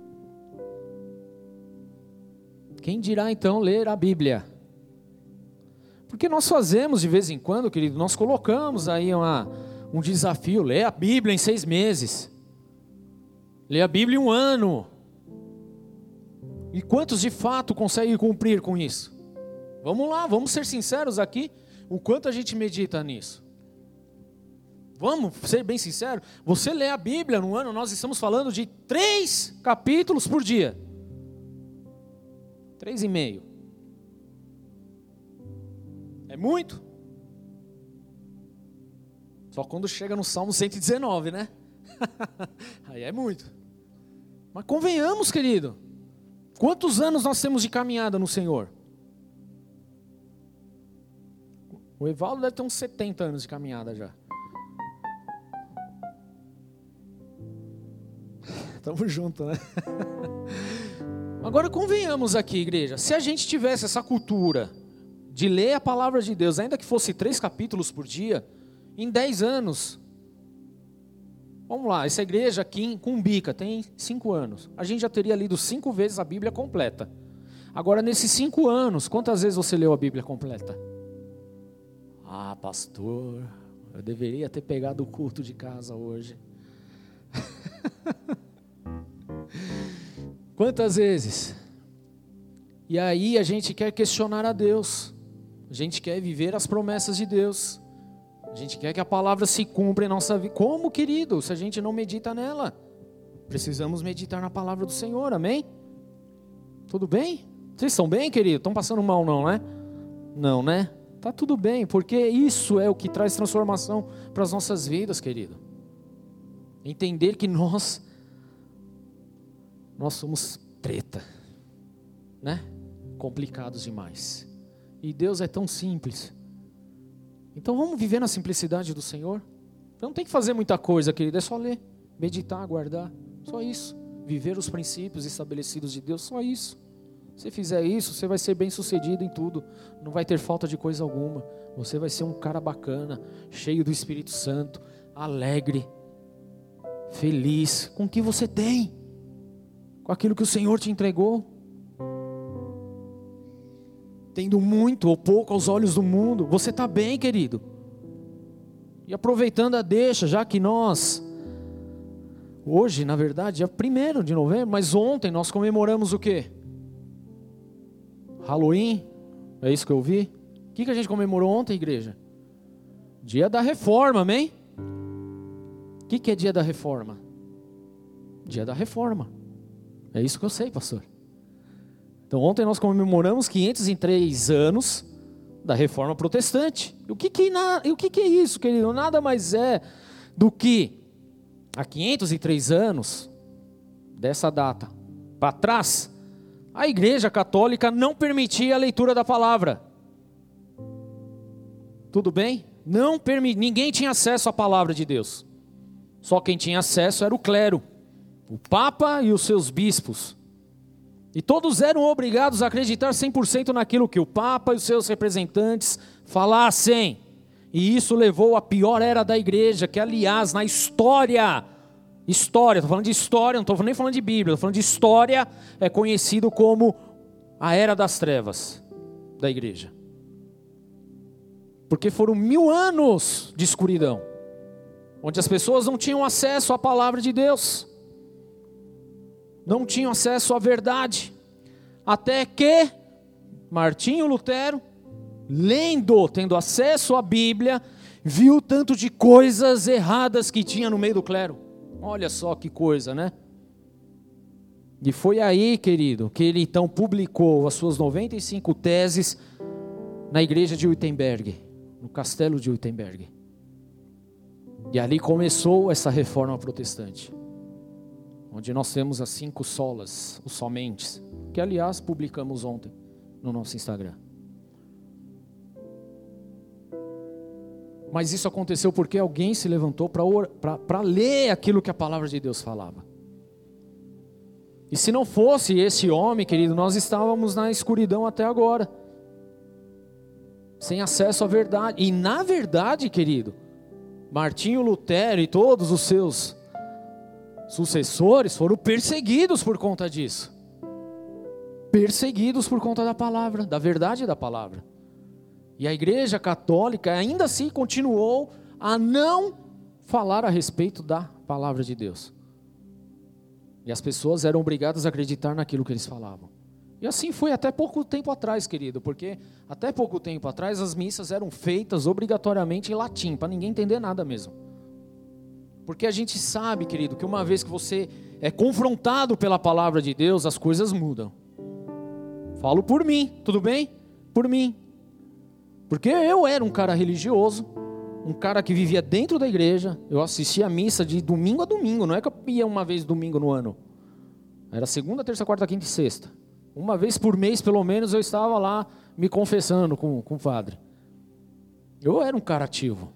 Quem dirá então ler a Bíblia? Porque nós fazemos de vez em quando, querido, nós colocamos aí uma, um desafio, ler a Bíblia em seis meses. Ler a Bíblia em um ano. E quantos de fato conseguem cumprir com isso? Vamos lá, vamos ser sinceros aqui, o quanto a gente medita nisso. Vamos ser bem sinceros, você lê a Bíblia no ano, nós estamos falando de três capítulos por dia. Três e meio. É muito? Só quando chega no Salmo cento e dezenove, né? Aí é muito. Mas convenhamos, querido, quantos anos nós temos de caminhada no Senhor? O Evaldo deve ter uns setenta anos de caminhada já. Tamo junto, né? Agora convenhamos aqui, igreja, se a gente tivesse essa cultura de ler a palavra de Deus, ainda que fosse três capítulos por dia, em dez anos, vamos lá, essa igreja aqui em Cumbica tem cinco anos, a gente já teria lido cinco vezes a Bíblia completa. Agora nesses cinco anos, quantas vezes você leu a Bíblia completa? Ah, pastor, eu deveria ter pegado o culto de casa hoje. Quantas vezes? E aí a gente quer questionar a Deus, a gente quer viver as promessas de Deus, a gente quer que a palavra se cumpra em nossa vida. Como, querido, se a gente não medita nela? Precisamos meditar na palavra do Senhor, amém? Tudo bem? Vocês estão bem, querido? Estão passando mal não, né? Não, né? Tá tudo bem, porque isso é o que traz transformação para as nossas vidas, querido. Entender que nós Nós somos treta, né? Complicados demais. E Deus é tão simples. Então vamos viver na simplicidade do Senhor. Não tem que fazer muita coisa, querido. É só ler, meditar, guardar. Só isso. Viver os princípios estabelecidos de Deus. Só isso. Se fizer isso, você vai ser bem sucedido em tudo. Não vai ter falta de coisa alguma. Você vai ser um cara bacana, cheio do Espírito Santo, alegre, feliz com o que você tem, com aquilo que o Senhor te entregou, tendo muito ou pouco aos olhos do mundo. Você está bem, querido. E aproveitando a deixa, já que nós hoje, na verdade, é primeiro de novembro, mas ontem nós comemoramos o quê? Halloween, é isso que eu ouvi? O que, que a gente comemorou ontem, igreja? Dia da Reforma, amém? O que, que é dia da Reforma? Dia da Reforma. É isso que eu sei, pastor. Então ontem nós comemoramos quinhentos e três anos da Reforma Protestante. E o que que, na, e o que que é isso, querido? Nada mais é do que há quinhentos e três anos, dessa data para trás, a Igreja Católica não permitia a leitura da palavra. Tudo bem? Não permi- Ninguém tinha acesso à palavra de Deus. Só quem tinha acesso era o clero, o Papa e os seus bispos. E todos eram obrigados a acreditar cem por cento naquilo que o Papa e os seus representantes falassem. E isso levou à pior era da igreja, que aliás, na história, história, estou falando de história, não estou nem falando de Bíblia, estou falando de história, é conhecido como a era das trevas da igreja. Porque foram mil anos de escuridão, onde as pessoas não tinham acesso à palavra de Deus, não tinham acesso à verdade, até que Martinho Lutero, lendo, tendo acesso à Bíblia, viu o tanto de coisas erradas que tinha no meio do clero. Olha só que coisa, né? E foi aí, querido, que ele então publicou as suas noventa e cinco teses na igreja de Wittenberg, no castelo de Wittenberg. E ali começou essa reforma protestante, onde nós temos as cinco solas, os somentes, que aliás publicamos ontem no nosso Instagram. Mas isso aconteceu porque alguém se levantou para ler aquilo que a palavra de Deus falava. E se não fosse esse homem, querido, nós estávamos na escuridão até agora, sem acesso à verdade. E na verdade, querido, Martinho Lutero e todos os seus sucessores foram perseguidos por conta disso. Perseguidos por conta da palavra, da verdade da palavra. E a Igreja Católica ainda assim continuou a não falar a respeito da palavra de Deus. E as pessoas eram obrigadas a acreditar naquilo que eles falavam. E assim foi até pouco tempo atrás, querido, porque até pouco tempo atrás as missas eram feitas obrigatoriamente em latim, para ninguém entender nada mesmo. Porque a gente sabe, querido, que uma vez que você é confrontado pela palavra de Deus, as coisas mudam. Falo por mim, tudo bem? Por mim. Porque eu era um cara religioso, um cara que vivia dentro da igreja, eu assistia a missa de domingo a domingo, não é que eu ia uma vez domingo no ano. Era segunda, terça, quarta, quinta e sexta. Uma vez por mês, pelo menos, eu estava lá me confessando com, com o padre. Eu era um cara ativo.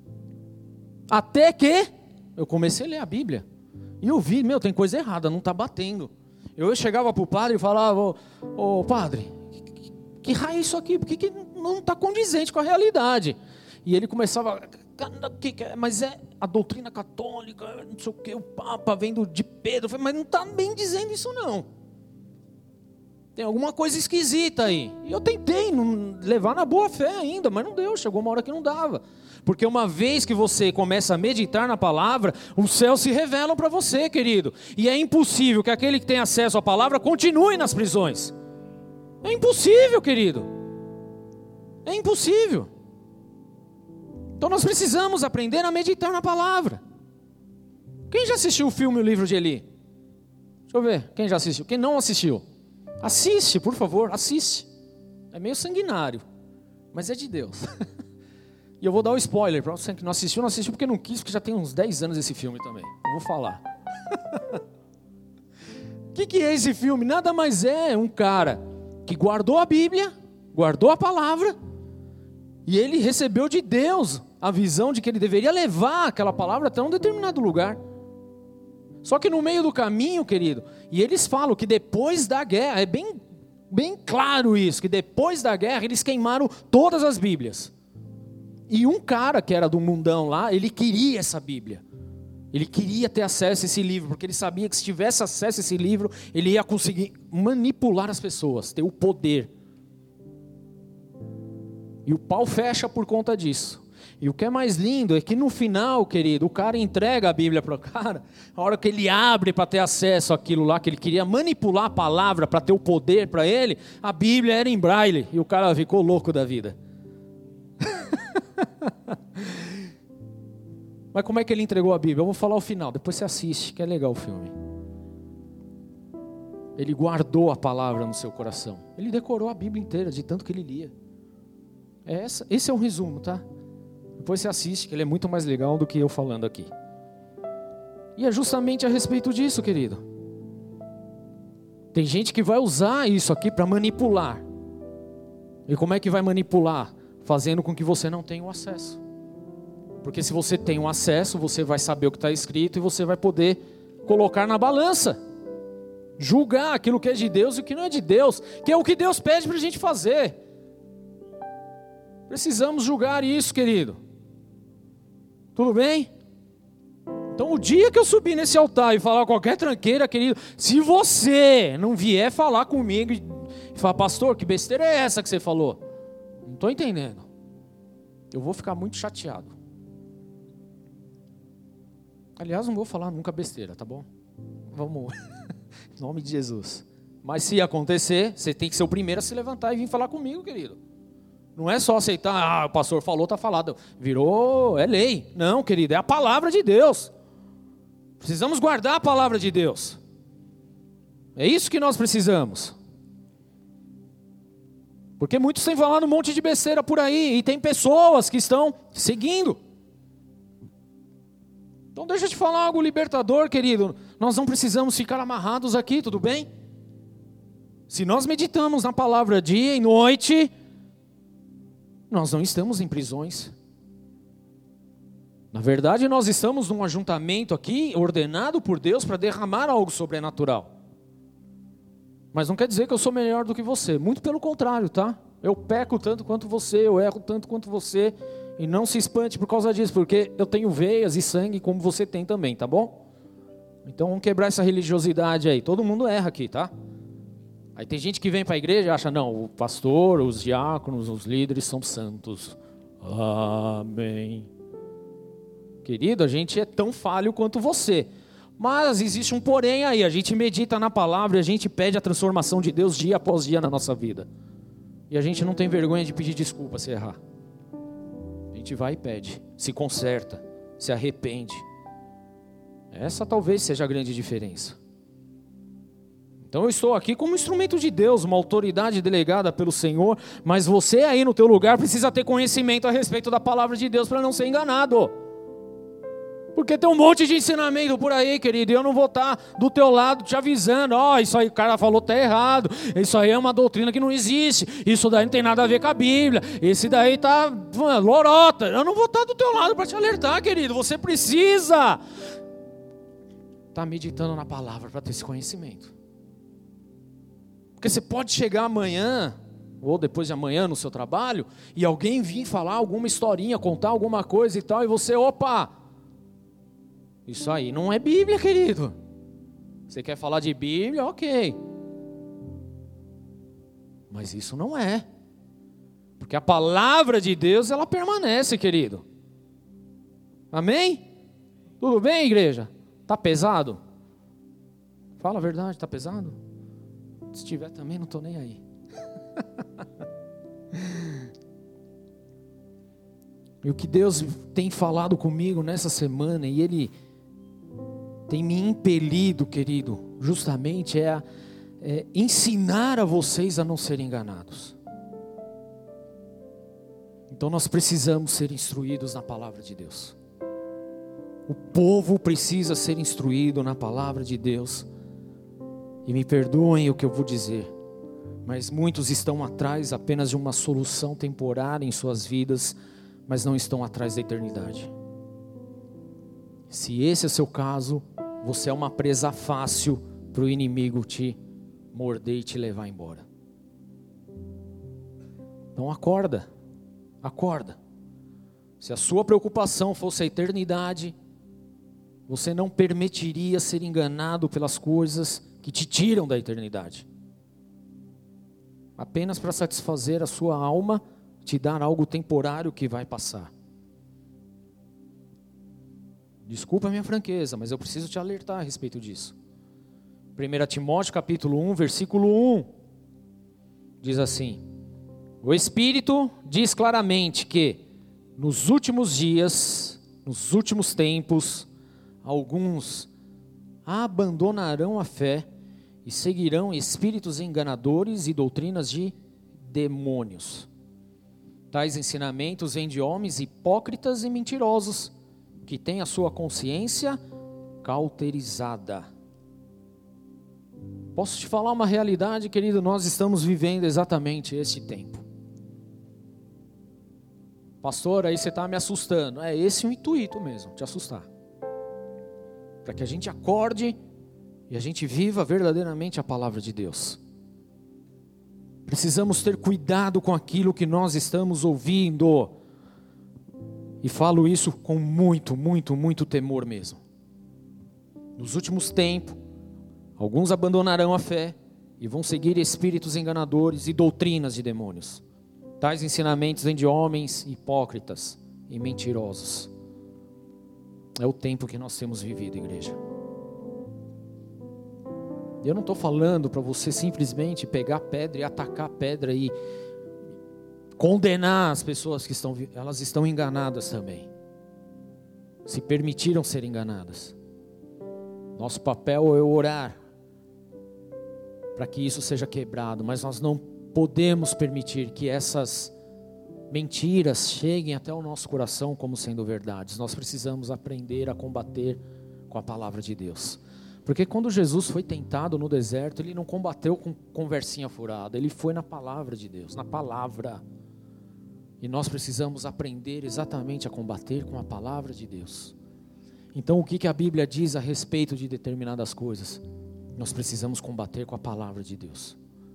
Até que eu comecei a ler a Bíblia. E eu vi, meu, tem coisa errada, não está batendo. Eu chegava para o padre e falava, ô oh, padre, que, que raio é isso aqui? Por que, que não está condizente com a realidade? E ele começava, mas é a doutrina católica, não sei o que, o Papa vendo de Pedro. Eu falei, mas não está bem dizendo isso não. Tem alguma coisa esquisita aí. E eu tentei não levar na boa fé ainda, mas não deu, chegou uma hora que não dava. Porque uma vez que você começa a meditar na palavra, os céus se revelam para você, querido. E é impossível que aquele que tem acesso à palavra continue nas prisões. É impossível, querido. É impossível. Então nós precisamos aprender a meditar na palavra. Quem já assistiu o filme O Livro de Eli? Deixa eu ver, quem já assistiu? Quem não assistiu? Assiste, por favor, assiste. É meio sanguinário, mas é de Deus. E eu vou dar um spoiler para você que não assistiu, não assistiu porque não quis, porque já tem uns dez anos esse filme também. Eu vou falar. O que, que é esse filme? Nada mais é um cara que guardou a Bíblia, guardou a palavra, e ele recebeu de Deus a visão de que ele deveria levar aquela palavra até um determinado lugar. Só que no meio do caminho, querido, e eles falam que depois da guerra, é bem, bem claro isso, que depois da guerra eles queimaram todas as Bíblias. E um cara que era do mundão lá, ele queria essa Bíblia. Ele queria ter acesso a esse livro, porque ele sabia que se tivesse acesso a esse livro, ele ia conseguir manipular as pessoas, ter o poder. E o pau fecha por conta disso. E o que é mais lindo é que no final, querido, o cara entrega a Bíblia para o cara, a hora que ele abre para ter acesso àquilo lá, que ele queria manipular a palavra para ter o poder para ele, a Bíblia era em braille, e o cara ficou louco da vida. Mas como é que ele entregou a Bíblia? Eu vou falar o final, depois você assiste, que é legal o filme. Ele guardou a palavra no seu coração. Ele decorou a Bíblia inteira, de tanto que ele lia. É essa, esse é um resumo, tá? Depois você assiste, que ele é muito mais legal do que eu falando aqui. E é justamente a respeito disso, querido. Tem gente que vai usar isso aqui para manipular. E como é que vai manipular? Fazendo com que você não tenha o acesso. Porque se você tem o acesso, você vai saber o que está escrito e você vai poder colocar na balança. Julgar aquilo que é de Deus e o que não é de Deus. Que é o que Deus pede para a gente fazer. Precisamos julgar isso, querido. Tudo bem? Então o dia que eu subir nesse altar e falar qualquer tranqueira, querido, se você não vier falar comigo e falar, pastor, que besteira é essa que você falou? Não estou entendendo. Eu vou ficar muito chateado. Aliás, não vou falar nunca besteira, tá bom? Vamos, em nome de Jesus. Mas se acontecer, você tem que ser o primeiro a se levantar e vir falar comigo, querido. Não é só aceitar, ah, o pastor falou, tá falado. Virou, é lei. Não, querido, é a palavra de Deus. Precisamos guardar a palavra de Deus. É isso que nós precisamos. Porque muitos têm falado um monte de besteira por aí, e tem pessoas que estão seguindo. Então deixa eu te falar algo libertador, querido. Nós não precisamos ficar amarrados aqui, tudo bem? Se nós meditamos na palavra dia e noite, nós não estamos em prisões. Na verdade, nós estamos num ajuntamento aqui, ordenado por Deus para derramar algo sobrenatural. Mas não quer dizer que eu sou melhor do que você. Muito pelo contrário, tá? Eu peco tanto quanto você, eu erro tanto quanto você. E não se espante por causa disso, porque eu tenho veias e sangue como você tem também, tá bom? Então vamos quebrar essa religiosidade aí. Todo mundo erra aqui, tá? Aí tem gente que vem para a igreja e acha, não, o pastor, os diáconos, os líderes são santos. Amém. Querido, a gente é tão falho quanto você. Mas existe um porém aí. A gente medita na palavra e a gente pede a transformação de Deus dia após dia na nossa vida. E a gente não tem vergonha de pedir desculpa se errar. A gente vai e pede, se conserta, se arrepende. Essa talvez seja a grande diferença. Então eu estou aqui como instrumento de Deus, uma autoridade delegada pelo Senhor, mas você aí no teu lugar precisa ter conhecimento a respeito da palavra de Deus para não ser enganado. Porque tem um monte de ensinamento por aí, querido, e eu não vou estar do teu lado te avisando, ó, oh, isso aí o cara falou tá errado, isso aí é uma doutrina que não existe, isso daí não tem nada a ver com a Bíblia, esse daí tá mano, lorota. Eu não vou estar do teu lado para te alertar, querido, você precisa estar meditando na palavra para ter esse conhecimento. Porque você pode chegar amanhã, ou depois de amanhã no seu trabalho, e alguém vir falar alguma historinha, contar alguma coisa e tal, e você, opa, isso aí não é Bíblia, querido. Você quer falar de Bíblia? Ok. Mas isso não é. Porque a palavra de Deus, ela permanece, querido. Amém? Tudo bem, igreja? Tá pesado? Fala a verdade, tá pesado? Se tiver também, não estou nem aí. E o que Deus tem falado comigo nessa semana, e Ele tem me impelido, querido, justamente é, a, é ensinar a vocês a não serem enganados. Então nós precisamos ser instruídos na palavra de Deus. O povo precisa ser instruído na palavra de Deus. E me perdoem o que eu vou dizer, mas muitos estão atrás apenas de uma solução temporária em suas vidas, mas não estão atrás da eternidade. Se esse é o seu caso, você é uma presa fácil para o inimigo te morder e te levar embora. Então acorda, acorda. Se a sua preocupação fosse a eternidade, você não permitiria ser enganado pelas coisas que te tiram da eternidade. Apenas para satisfazer a sua alma, te dar algo temporário que vai passar. Desculpa a minha franqueza, mas eu preciso te alertar a respeito disso. primeiro Timóteo capítulo um, versículo um, diz assim: o Espírito diz claramente que nos últimos dias, nos últimos tempos, alguns abandonarão a fé e seguirão espíritos enganadores e doutrinas de demônios. Tais ensinamentos vêm de homens hipócritas e mentirosos, que têm a sua consciência cauterizada. Posso te falar uma realidade, querido? Nós estamos vivendo exatamente esse tempo. Pastor, aí você está me assustando. É esse o intuito mesmo, te assustar. Para que a gente acorde e a gente viva verdadeiramente a palavra de Deus. Precisamos ter cuidado com aquilo que nós estamos ouvindo. E falo isso com muito, muito, muito temor mesmo. Nos últimos tempos, alguns abandonarão a fé e vão seguir espíritos enganadores e doutrinas de demônios. Tais ensinamentos vêm de homens hipócritas e mentirosos. É o tempo que nós temos vivido, igreja. Eu não estou falando para você simplesmente pegar pedra e atacar a pedra e condenar as pessoas que estão, elas estão enganadas também. Se permitiram ser enganadas. Nosso papel é orar para que isso seja quebrado, mas nós não podemos permitir que essas mentiras cheguem até o nosso coração como sendo verdades. Nós precisamos aprender a combater com a palavra de Deus. Porque quando Jesus foi tentado no deserto, ele não combateu com conversinha furada, ele foi na palavra de Deus, na palavra. E nós precisamos aprender exatamente a combater com a palavra de Deus. Então o que que a Bíblia diz a respeito de determinadas coisas? Nós precisamos combater com a palavra de Deus.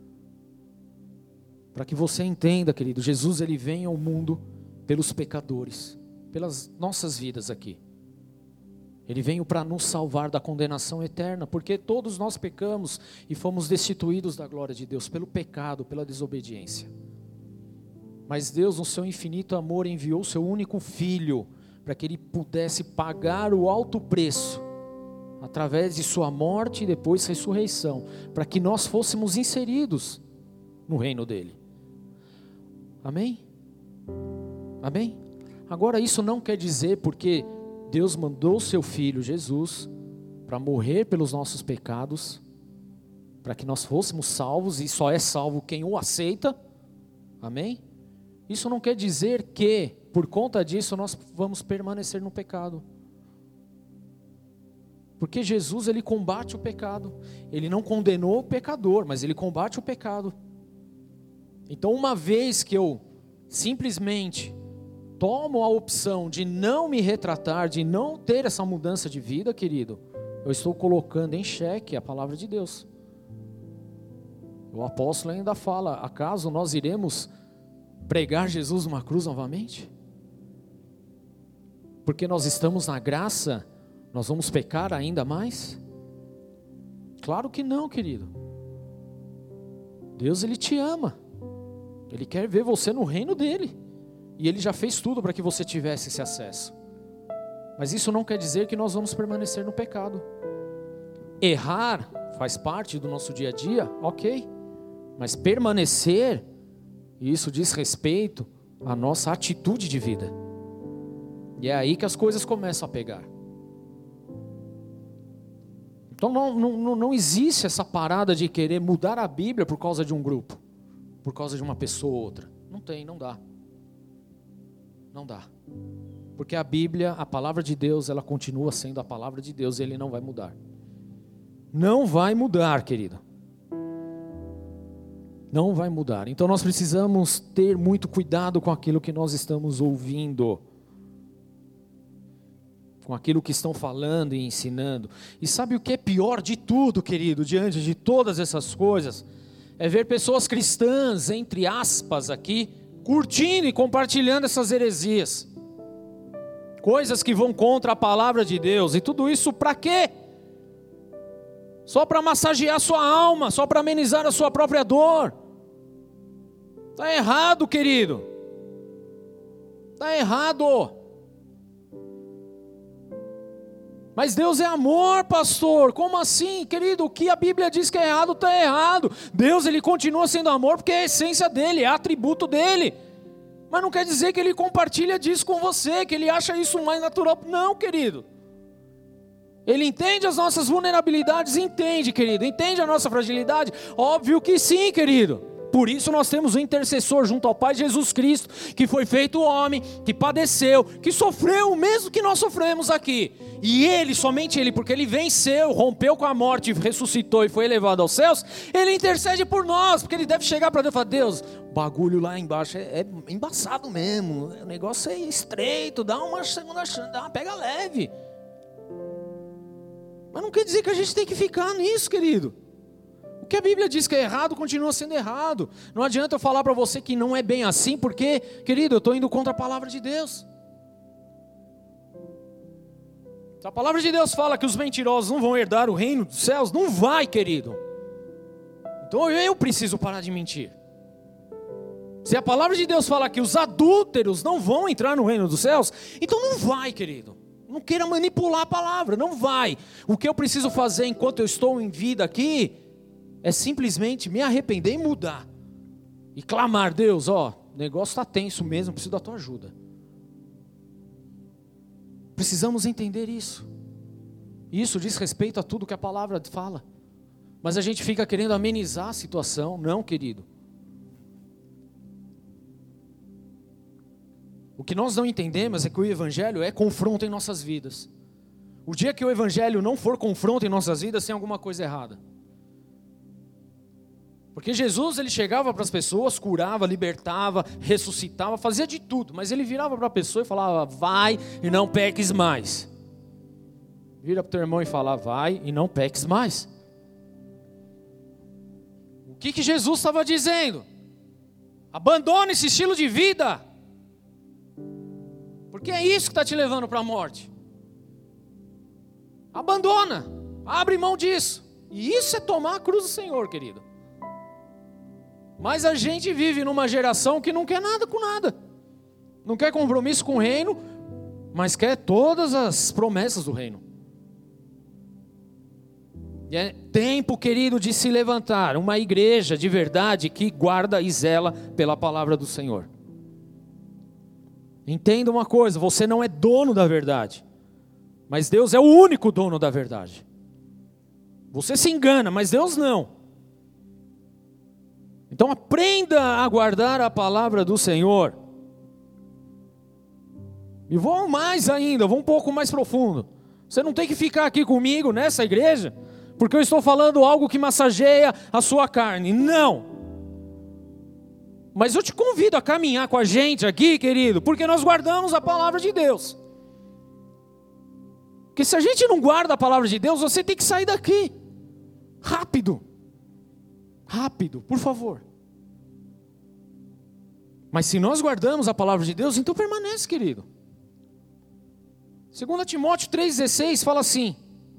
Para que você entenda, querido, Jesus ele vem ao mundo pelos pecadores, pelas nossas vidas aqui. Ele veio para nos salvar da condenação eterna, porque todos nós pecamos e fomos destituídos da glória de Deus pelo pecado, pela desobediência. Mas Deus, no seu infinito amor, enviou o seu único Filho para que Ele pudesse pagar o alto preço, através de sua morte e depois ressurreição, para que nós fôssemos inseridos no reino dEle. Amém? Amém? Agora isso não quer dizer porque Deus mandou o seu Filho Jesus para morrer pelos nossos pecados, para que nós fôssemos salvos, e só é salvo quem o aceita. Amém? Isso não quer dizer que por conta disso nós vamos permanecer no pecado. Porque Jesus ele combate o pecado. Ele não condenou o pecador, mas ele combate o pecado. Então uma vez que eu simplesmente tomo a opção de não me retratar, de não ter essa mudança de vida, querido, eu estou colocando em xeque a palavra de Deus. O apóstolo ainda fala: acaso nós iremos pregar Jesus numa cruz novamente? Porque nós estamos na graça, nós vamos pecar ainda mais? Claro que não, querido. Deus ele te ama, Ele quer ver você no reino dEle. E Ele já fez tudo para que você tivesse esse acesso. Mas isso não quer dizer que nós vamos permanecer no pecado. Errar faz parte do nosso dia a dia, ok. Mas permanecer, isso diz respeito à nossa atitude de vida. E é aí que as coisas começam a pegar. Então não, não, não existe essa parada de querer mudar a Bíblia por causa de um grupo, por causa de uma pessoa ou outra. Não tem, não dá. Não dá. Porque a Bíblia, a palavra de Deus, ela continua sendo a palavra de Deus e Ele não vai mudar. Não vai mudar, querido. Não vai mudar. Então nós precisamos ter muito cuidado com aquilo que nós estamos ouvindo, com aquilo que estão falando e ensinando. E sabe o que é pior de tudo, querido, diante de todas essas coisas? É ver pessoas cristãs, entre aspas aqui, curtindo e compartilhando essas heresias, coisas que vão contra a palavra de Deus. E tudo isso para quê? Só para massagear a sua alma, só para amenizar a sua própria dor. Está errado, querido. Está errado. Mas Deus é amor, pastor. Como assim, querido? O que a Bíblia diz que é errado, está errado. Deus, Ele continua sendo amor porque é a essência dEle, é atributo dEle. Mas não quer dizer que Ele compartilha disso com você, que Ele acha isso mais natural. Não, querido. Ele entende as nossas vulnerabilidades? Entende, querido. Entende a nossa fragilidade? Óbvio que sim, querido. Por isso nós temos um intercessor junto ao Pai, Jesus Cristo, que foi feito homem, que padeceu, que sofreu o mesmo que nós sofremos aqui. E ele, somente ele, porque ele venceu, rompeu com a morte, ressuscitou e foi elevado aos céus, ele intercede por nós, porque ele deve chegar para Deus e falar: Deus, o bagulho lá embaixo é, é embaçado mesmo, o negócio é estreito, dá uma segunda chance, dá uma pega leve. Mas não quer dizer que a gente tem que ficar nisso, querido. O que a Bíblia diz que é errado, continua sendo errado. Não adianta eu falar para você que não é bem assim, porque, querido, eu estou indo contra a palavra de Deus. Se a palavra de Deus fala que os mentirosos não vão herdar o reino dos céus, não vai, querido. Então eu preciso parar de mentir. Se a palavra de Deus fala que os adúlteros não vão entrar no reino dos céus, então não vai, querido. Não queira manipular a palavra, não vai. O que eu preciso fazer enquanto eu estou em vida aqui é simplesmente me arrepender e mudar. E clamar: Deus, ó, o negócio está tenso mesmo, preciso da tua ajuda. Precisamos entender isso. Isso diz respeito a tudo que a palavra fala. Mas a gente fica querendo amenizar a situação. Não, querido. O que nós não entendemos é que o Evangelho é confronto em nossas vidas. O dia que o Evangelho não for confronto em nossas vidas, tem alguma coisa errada. Porque Jesus, ele chegava para as pessoas, curava, libertava, ressuscitava, fazia de tudo. Mas ele virava para a pessoa e falava: vai e não peques mais. Vira para o teu irmão e fala: vai e não peques mais. O que, que Jesus estava dizendo? Abandone esse estilo de vida. Porque é isso que está te levando para a morte. Abandona, abre mão disso. E isso é tomar a cruz do Senhor, querido. Mas a gente vive numa geração que não quer nada com nada. Não quer compromisso com o reino, mas quer todas as promessas do reino. E é tempo, querido, de se levantar uma igreja de verdade que guarda e zela pela palavra do Senhor. Entenda uma coisa: você não é dono da verdade, mas Deus é o único dono da verdade. Você se engana, mas Deus não. Então aprenda a guardar a palavra do Senhor. E vou mais ainda, vou um pouco mais profundo. Você não tem que ficar aqui comigo nessa igreja, porque eu estou falando algo que massageia a sua carne. Não. Mas eu te convido a caminhar com a gente aqui, querido, porque nós guardamos a palavra de Deus. Porque se a gente não guarda a palavra de Deus, você tem que sair daqui. Rápido. Rápido, por favor. Mas se nós guardamos a palavra de Deus, então permanece, querido. Segundo Timóteo três dezesseis fala assim: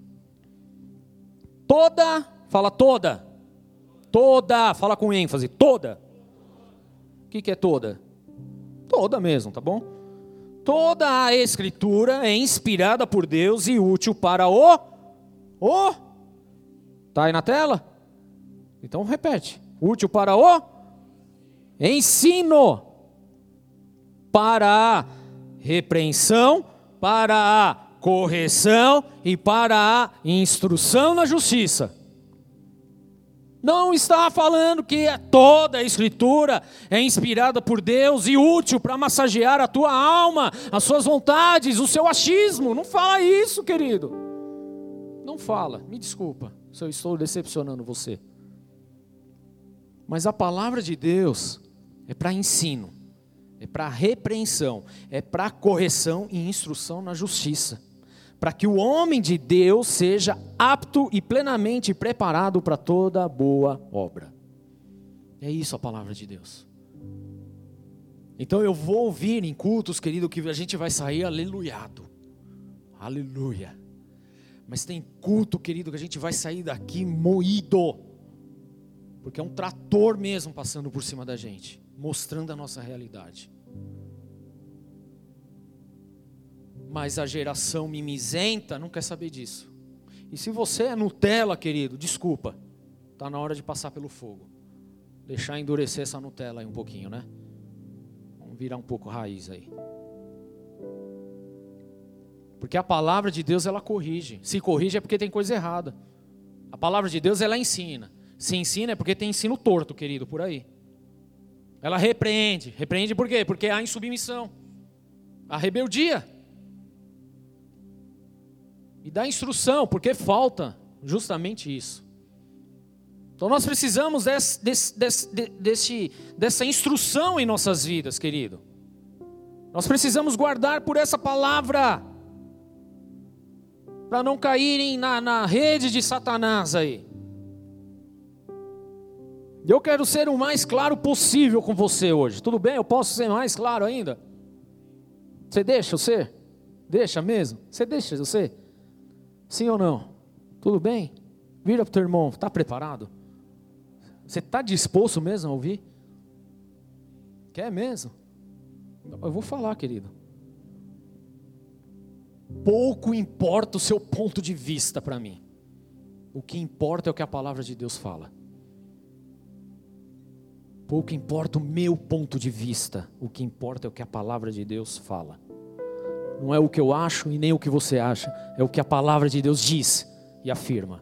toda, fala toda, toda, fala com ênfase, toda. O que, que é toda? Toda mesmo, tá bom? Toda a Escritura é inspirada por Deus e útil para o... O... Tá aí na tela? Então repete. Útil para o... Ensino. Para a repreensão, para a correção e para a instrução na justiça. Não está falando que toda a Escritura é inspirada por Deus e útil para massagear a tua alma, as suas vontades, o seu achismo. Não fala isso, querido. Não fala. Me desculpa se eu estou decepcionando você. Mas a palavra de Deus é para ensino, é para repreensão, é para correção e instrução na justiça. Para que o homem de Deus seja apto e plenamente preparado para toda boa obra. É isso a palavra de Deus. Então eu vou ouvir em cultos, querido, que a gente vai sair aleluiado. Aleluia. Mas tem culto, querido, que a gente vai sair daqui moído. Porque é um trator mesmo passando por cima da gente, mostrando a nossa realidade. Mas a geração mimizenta não quer saber disso. E se você é Nutella, querido, desculpa, está na hora de passar pelo fogo. Deixar endurecer essa Nutella aí um pouquinho, né? Vamos virar um pouco raiz aí. Porque a palavra de Deus, ela corrige. Se corrige é porque tem coisa errada. A palavra de Deus, ela ensina. Se ensina é porque tem ensino torto, querido, por aí. Ela repreende. Repreende por quê? Porque há insubmissão, há rebeldia. E dá instrução, porque falta justamente isso. Então nós precisamos desse, desse, desse, desse, dessa instrução em nossas vidas, querido. Nós precisamos guardar por essa palavra, para não caírem na, na rede de Satanás aí. Eu quero ser o mais claro possível com você hoje. Tudo bem? Eu posso ser mais claro ainda? Você deixa eu ser? Deixa mesmo? Você deixa eu ser? Sim ou não? Tudo bem? Vira para o teu irmão, está preparado? Você está disposto mesmo a ouvir? Quer mesmo? Eu vou falar, querido. Pouco importa o seu ponto de vista para mim. O que importa é o que a palavra de Deus fala. Pouco importa o meu ponto de vista. O que importa é o que a palavra de Deus fala. Não é o que eu acho e nem o que você acha. É o que a palavra de Deus diz e afirma.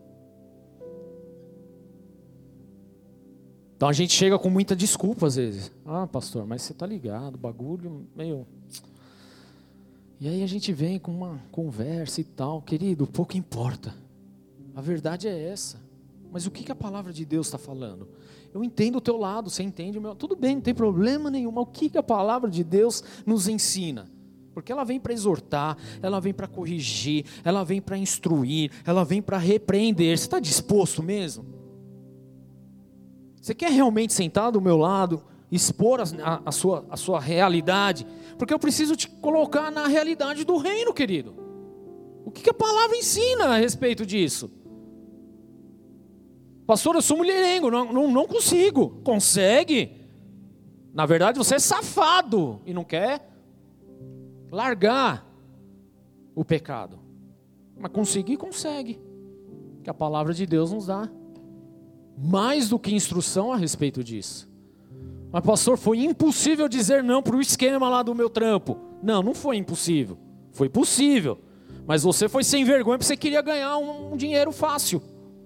Então a gente chega com muita desculpa às vezes. Ah, pastor, mas você está ligado, bagulho meio... E aí a gente vem com uma conversa e tal. Querido, pouco importa. A verdade é essa. Mas o que, que a palavra de Deus está falando? Eu entendo o teu lado, você entende o meu. Tudo bem, não tem problema nenhum. Mas o que, que a palavra de Deus nos ensina? Porque ela vem para exortar, ela vem para corrigir, ela vem para instruir, ela vem para repreender. Você está disposto mesmo? Você quer realmente sentar do meu lado, expor a, a, sua, a sua realidade? Porque eu preciso te colocar na realidade do reino, querido. O que, que a palavra ensina a respeito disso? Pastor, eu sou mulherengo, não, não, não consigo. Consegue? Na verdade você é safado e não quer largar o pecado. Mas conseguir, consegue. Que a palavra de Deus nos dá mais do que instrução a respeito disso. Mas pastor, foi impossível dizer não para o esquema lá do meu trampo. Não, não foi impossível. Foi possível. Mas você foi sem vergonha porque você queria ganhar um, um dinheiro fácil.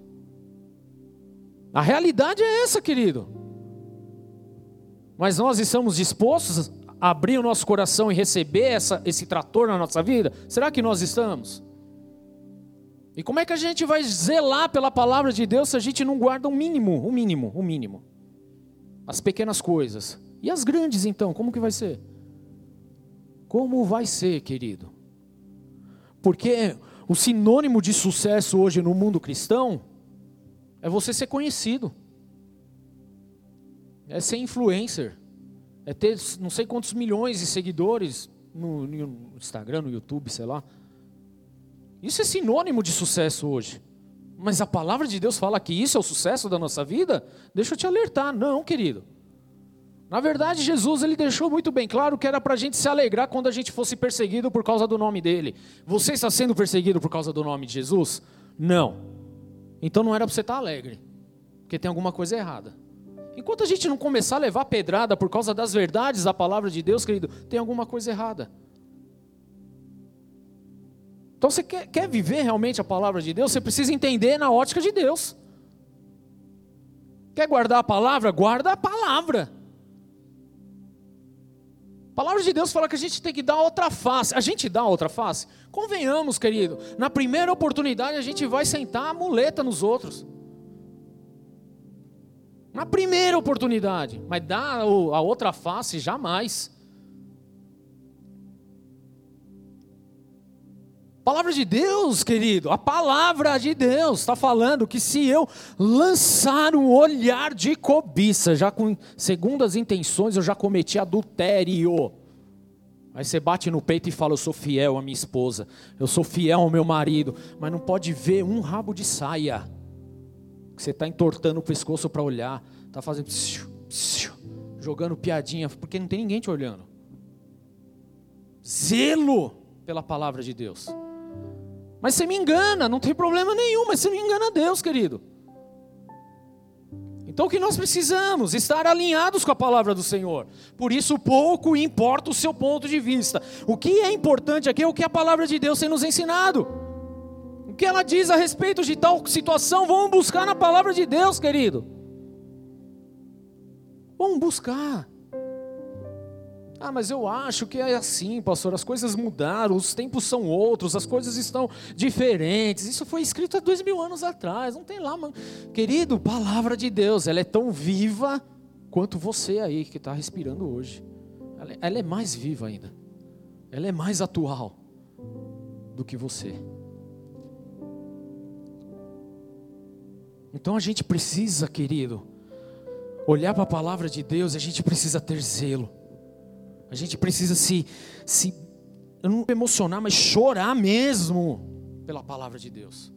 A realidade é essa, querido. Mas nós estamos dispostos a abrir o nosso coração e receber essa, esse trator na nossa vida? Será que nós estamos? E como é que a gente vai zelar pela palavra de Deus se a gente não guarda o mínimo, o mínimo, o mínimo? As pequenas coisas. E as grandes então, como que vai ser? Como vai ser, querido? Porque o sinônimo de sucesso hoje no mundo cristão é você ser conhecido. É ser influencer. É ter não sei quantos milhões de seguidores no, no Instagram, no YouTube, sei lá. Isso é sinônimo de sucesso hoje. Mas a palavra de Deus fala que isso é o sucesso da nossa vida? Deixa eu te alertar. Não, querido. Na verdade, Jesus ele deixou muito bem claro que era para a gente se alegrar quando a gente fosse perseguido por causa do nome dele. Você está sendo perseguido por causa do nome de Jesus? Não. Então não era para você estar alegre, porque tem alguma coisa errada. Enquanto a gente não começar a levar pedrada por causa das verdades da palavra de Deus, querido, tem alguma coisa errada. Então você quer, quer viver realmente a palavra de Deus, você precisa entender na ótica de Deus. Quer guardar a palavra? Guarda a palavra. A palavra de Deus fala que a gente tem que dar outra face. A gente dá outra face? Convenhamos, querido. Na primeira oportunidade a gente vai sentar a muleta nos outros. Na primeira oportunidade. Mas dar a outra face, jamais. Palavra de Deus, querido. A palavra de Deus está falando que se eu lançar um olhar de cobiça, já com segundas intenções, eu já cometi adultério. Aí você bate no peito e fala, eu sou fiel à minha esposa, eu sou fiel ao meu marido, mas não pode ver um rabo de saia. Você está entortando o pescoço para olhar, está fazendo psiu, psiu, jogando piadinha, porque não tem ninguém te olhando. Zelo pela palavra de Deus. Mas você me engana, não tem problema nenhum, mas você não engana Deus, querido. Então o que nós precisamos? Estar alinhados com a palavra do Senhor. Por isso pouco importa o seu ponto de vista. O que é importante aqui é o que a palavra de Deus tem nos ensinado. O que ela diz a respeito de tal situação, vamos buscar na palavra de Deus, querido. Vamos buscar. Ah, mas eu acho que é assim, pastor, as coisas mudaram, os tempos são outros, as coisas estão diferentes. Isso foi escrito há dois mil anos atrás, não tem lá, mano. Querido, palavra de Deus, ela é tão viva quanto você aí que está respirando hoje. Ela, ela é mais viva ainda, ela é mais atual do que você. Então a gente precisa, querido, olhar para a palavra de Deus, a gente precisa ter zelo. A gente precisa se, se não emocionar, mas chorar mesmo pela palavra de Deus.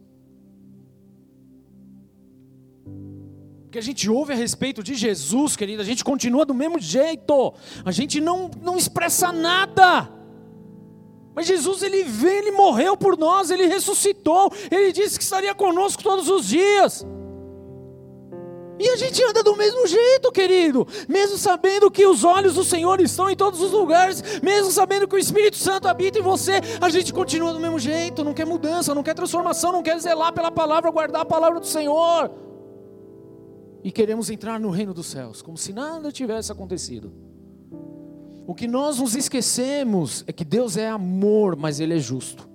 Porque a gente ouve a respeito de Jesus, querido, a gente continua do mesmo jeito. A gente não, não expressa nada. Mas Jesus, Ele veio, Ele morreu por nós, Ele ressuscitou. Ele disse que estaria conosco todos os dias. E a gente anda do mesmo jeito, querido, mesmo sabendo que os olhos do Senhor estão em todos os lugares, mesmo sabendo que o Espírito Santo habita em você, a gente continua do mesmo jeito, não quer mudança, não quer transformação, não quer zelar pela palavra, guardar a palavra do Senhor. E queremos entrar no reino dos céus, como se nada tivesse acontecido. O que nós nos esquecemos é que Deus é amor, mas Ele é justo.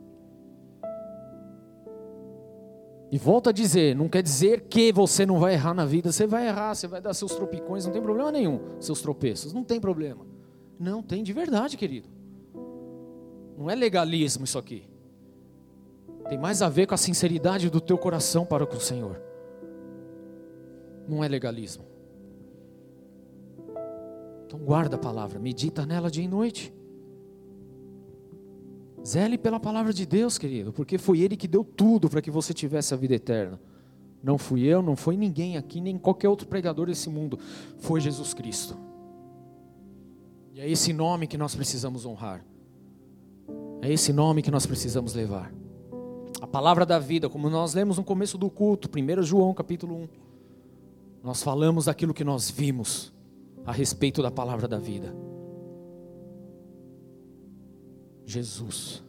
E volto a dizer, não quer dizer que você não vai errar na vida. Você vai errar, você vai dar seus tropicões, não tem problema nenhum. Seus tropeços, não tem problema. Não tem de verdade, querido. Não é legalismo isso aqui. Tem mais a ver com a sinceridade do teu coração para com o Senhor. Não é legalismo. Então guarda a palavra, medita nela dia e noite. Zele pela palavra de Deus, querido, porque foi Ele que deu tudo para que você tivesse a vida eterna. Não fui eu, não foi ninguém aqui, nem qualquer outro pregador desse mundo. Foi Jesus Cristo. E é esse nome que nós precisamos honrar. É esse nome que nós precisamos levar. A palavra da vida, como nós lemos no começo do culto, primeiro João capítulo um. Nós falamos daquilo que nós vimos a respeito da palavra da vida. Jesus.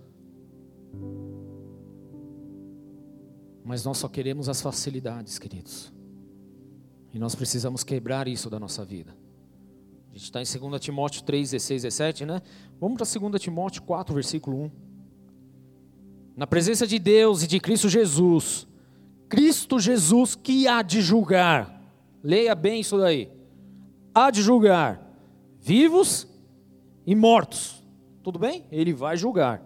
Mas nós só queremos as facilidades, queridos. E nós precisamos quebrar isso da nossa vida. A gente está em dois Timóteo três, dezesseis, dezessete, né? Vamos para dois Timóteo quatro, versículo um. Na presença de Deus e de Cristo Jesus. Cristo Jesus que há de julgar. Leia bem isso daí. Há de julgar vivos e mortos. Tudo bem? Ele vai julgar.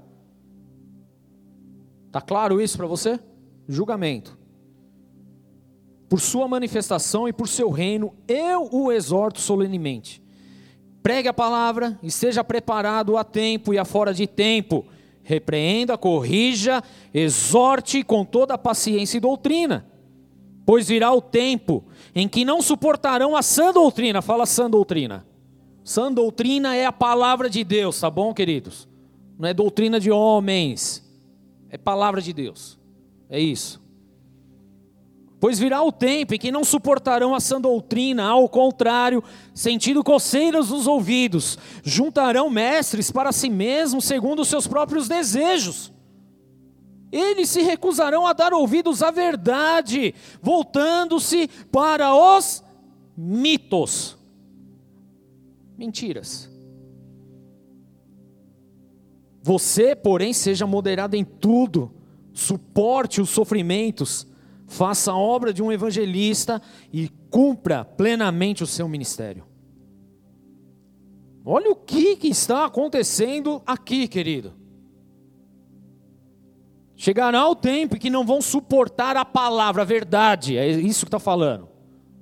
Está claro isso para você? Julgamento. Por sua manifestação e por seu reino, eu o exorto solenemente. Pregue a palavra, esteja preparado a tempo e a fora de tempo. Repreenda, corrija, exorte com toda a paciência e doutrina. Pois virá o tempo em que não suportarão a sã doutrina. Fala sã doutrina. Sã doutrina é a palavra de Deus, tá bom, queridos? Não é doutrina de homens, é palavra de Deus, é isso. Pois virá o tempo em que não suportarão a sã doutrina, ao contrário, sentindo coceiras nos ouvidos, juntarão mestres para si mesmos segundo os seus próprios desejos. Eles se recusarão a dar ouvidos à verdade, voltando-se para os mitos. Mentiras. Você, porém, seja moderado em tudo, suporte os sofrimentos, faça a obra de um evangelista e cumpra plenamente o seu ministério. Olha o que, que está acontecendo aqui, querido. Chegará o tempo em que não vão suportar a palavra, a verdade, é isso que está falando.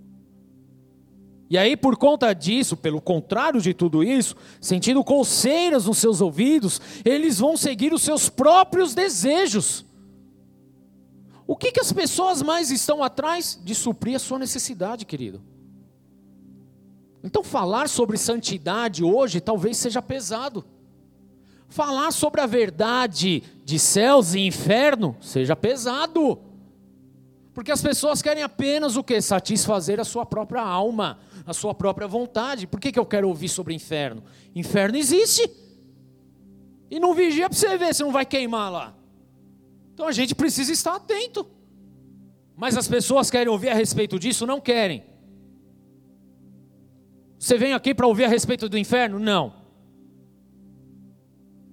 E aí, por conta disso, pelo contrário de tudo isso, sentindo coceiras nos seus ouvidos, eles vão seguir os seus próprios desejos. O que, que as pessoas mais estão atrás? De suprir a sua necessidade, querido. Então, falar sobre santidade hoje talvez seja pesado. Falar sobre a verdade de céus e inferno seja pesado. Porque as pessoas querem apenas o quê? Satisfazer a sua própria alma, a sua própria vontade. Por que, que eu quero ouvir sobre inferno? Inferno existe. E não vigia para você ver se não vai queimar lá. Então a gente precisa estar atento. Mas as pessoas querem ouvir a respeito disso? Não querem. Você vem aqui para ouvir a respeito do inferno? Não.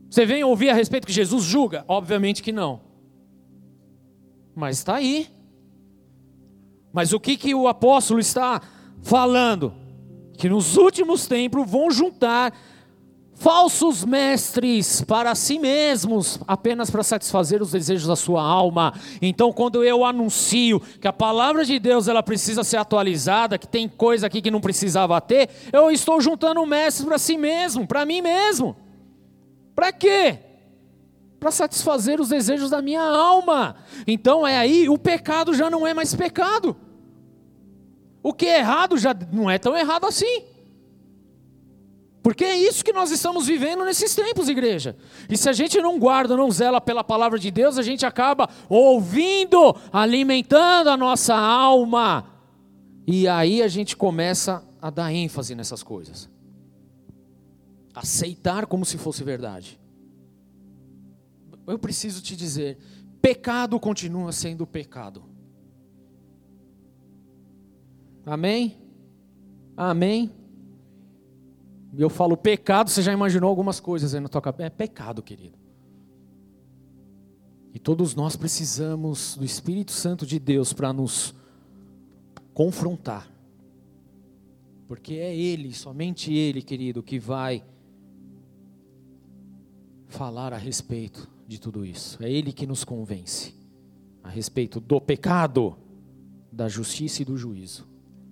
Você vem ouvir a respeito que Jesus julga? Obviamente que não. Mas está aí. Mas o que, que o apóstolo está falando? Que nos últimos tempos vão juntar falsos mestres para si mesmos, apenas para satisfazer os desejos da sua alma. Então, quando eu anuncio que a palavra de Deus ela precisa ser atualizada, que tem coisa aqui que não precisava ter, eu estou juntando mestres para si mesmo, para mim mesmo. Para quê? Para satisfazer os desejos da minha alma. Então é aí, o pecado já não é mais pecado. O que é errado já não é tão errado assim. Porque é isso que nós estamos vivendo nesses tempos, igreja. E se a gente não guarda, não zela pela palavra de Deus, a gente acaba ouvindo, alimentando a nossa alma. E aí a gente começa a dar ênfase nessas coisas. Aceitar como se fosse verdade. Eu preciso te dizer, pecado continua sendo pecado. Amém? Amém? E eu falo pecado, você já imaginou algumas coisas aí na tua cabeça? É pecado, querido. E todos nós precisamos do Espírito Santo de Deus para nos confrontar. Porque é Ele, somente Ele, querido, que vai falar a respeito de tudo isso. É Ele que nos convence a respeito do pecado, da justiça e do juízo.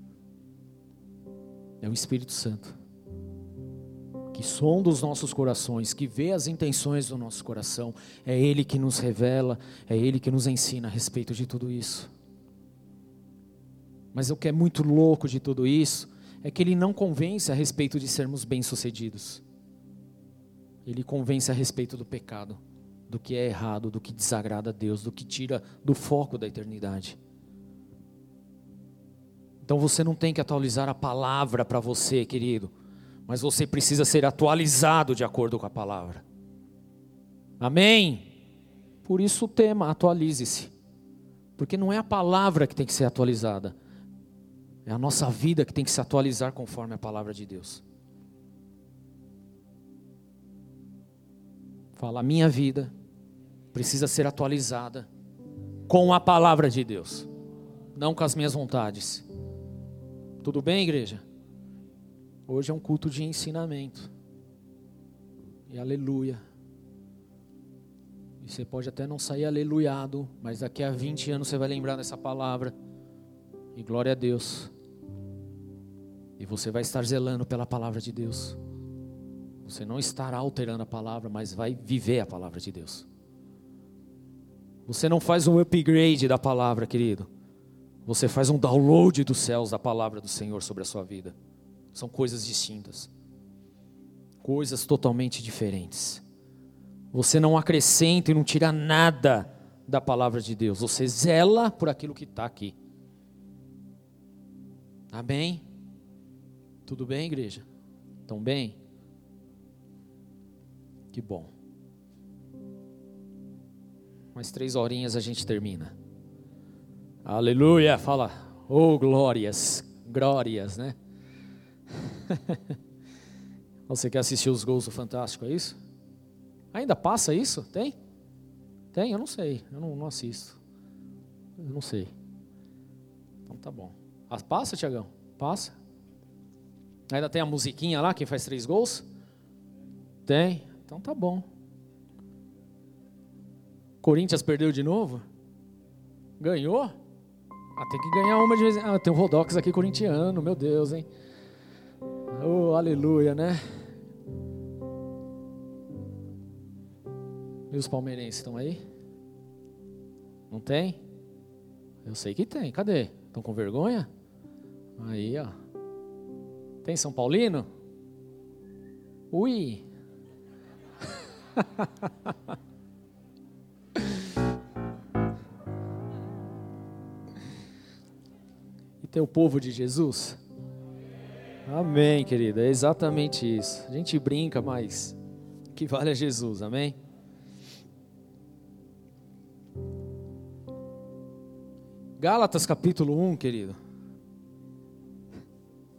É o Espírito Santo que sonda os nossos corações, que vê as intenções do nosso coração. É Ele que nos revela, é Ele que nos ensina a respeito de tudo isso. Mas o que é muito louco de tudo isso é que Ele não convence a respeito de sermos bem-sucedidos. Ele convence a respeito do pecado, do que é errado, do que desagrada a Deus, do que tira do foco da eternidade. Então você não tem que atualizar a palavra para você, querido, mas você precisa ser atualizado de acordo com a palavra. Amém? Por isso o tema, atualize-se. Porque não é a palavra que tem que ser atualizada, é a nossa vida que tem que se atualizar conforme a palavra de Deus. Fala, a minha vida precisa ser atualizada com a palavra de Deus, não com as minhas vontades. Tudo bem, igreja? Hoje é um culto de ensinamento. E aleluia. E você pode até não sair aleluiado, mas daqui a vinte anos você vai lembrar dessa palavra. E glória a Deus. E você vai estar zelando pela palavra de Deus. Você não estará alterando a palavra, mas vai viver a palavra de Deus. Você não faz um upgrade da palavra, querido. Você faz um download dos céus da palavra do Senhor sobre a sua vida. São coisas distintas. Coisas totalmente diferentes. Você não acrescenta e não tira nada da palavra de Deus. Você zela por aquilo que está aqui. Amém? Tudo bem, igreja? Estão bem? Que bom. Mais três horinhas a gente termina. Aleluia, fala, oh glórias, glórias, né? Você quer assistir os gols do Fantástico, é isso? Ainda passa isso? Tem? Tem? Eu não sei, eu não, não assisto. Eu não sei. Então tá bom. Ah, passa, Tiagão? Passa? Ainda tem a musiquinha lá, quem faz três gols? Tem? Então tá bom. Corinthians perdeu de novo? Ganhou? Ah, tem que ganhar uma de vez. Ah, tem um Rodox aqui corintiano, meu Deus, hein? Oh, aleluia, né? E os palmeirenses estão aí? Não tem? Eu sei que tem, cadê? Estão com vergonha? Aí, ó. Tem São Paulino? Ui! E tem o povo de Jesus? Amém, querida, é exatamente isso. A gente brinca, mas o que vale é Jesus, amém? Gálatas capítulo um, querido.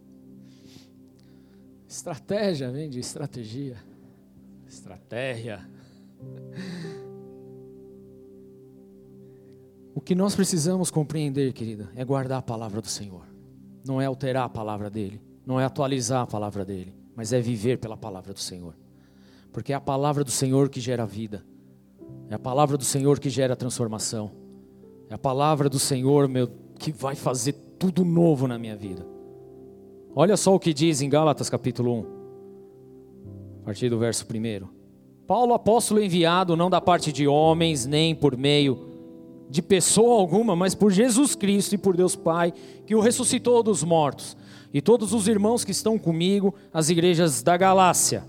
Estratégia, vem de estratégia. Estratégia. O que nós precisamos compreender, querida, é guardar a palavra do Senhor. Não é alterar a palavra dele, não é atualizar a palavra dele, mas é viver pela palavra do Senhor. Porque é a palavra do Senhor que gera vida. É a palavra do Senhor que gera transformação. É a palavra do Senhor, meu, que vai fazer tudo novo na minha vida. Olha só o que diz em Gálatas capítulo um, a partir do verso primeiro. Paulo, apóstolo enviado, não da parte de homens, nem por meio de pessoa alguma, mas por Jesus Cristo e por Deus Pai, que o ressuscitou dos mortos, e todos os irmãos que estão comigo, as igrejas da Galácia.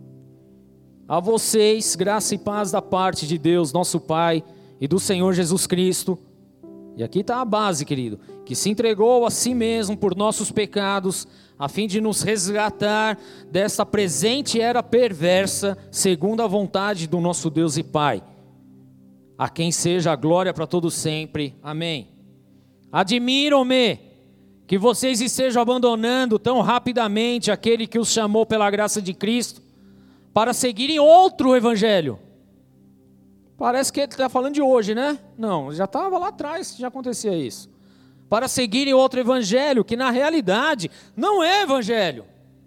A vocês, graça e paz da parte de Deus, nosso Pai, e do Senhor Jesus Cristo. E aqui está a base, querido, que se entregou a si mesmo por nossos pecados, a fim de nos resgatar desta presente era perversa, segundo a vontade do nosso Deus e Pai. A quem seja a glória para todos sempre. Amém. Admiram-me que vocês estejam abandonando tão rapidamente aquele que os chamou pela graça de Cristo, para seguirem outro evangelho. Parece que ele está falando de hoje, né? Não, já estava lá atrás que já acontecia isso. Para seguirem outro evangelho, que na realidade não é evangelho.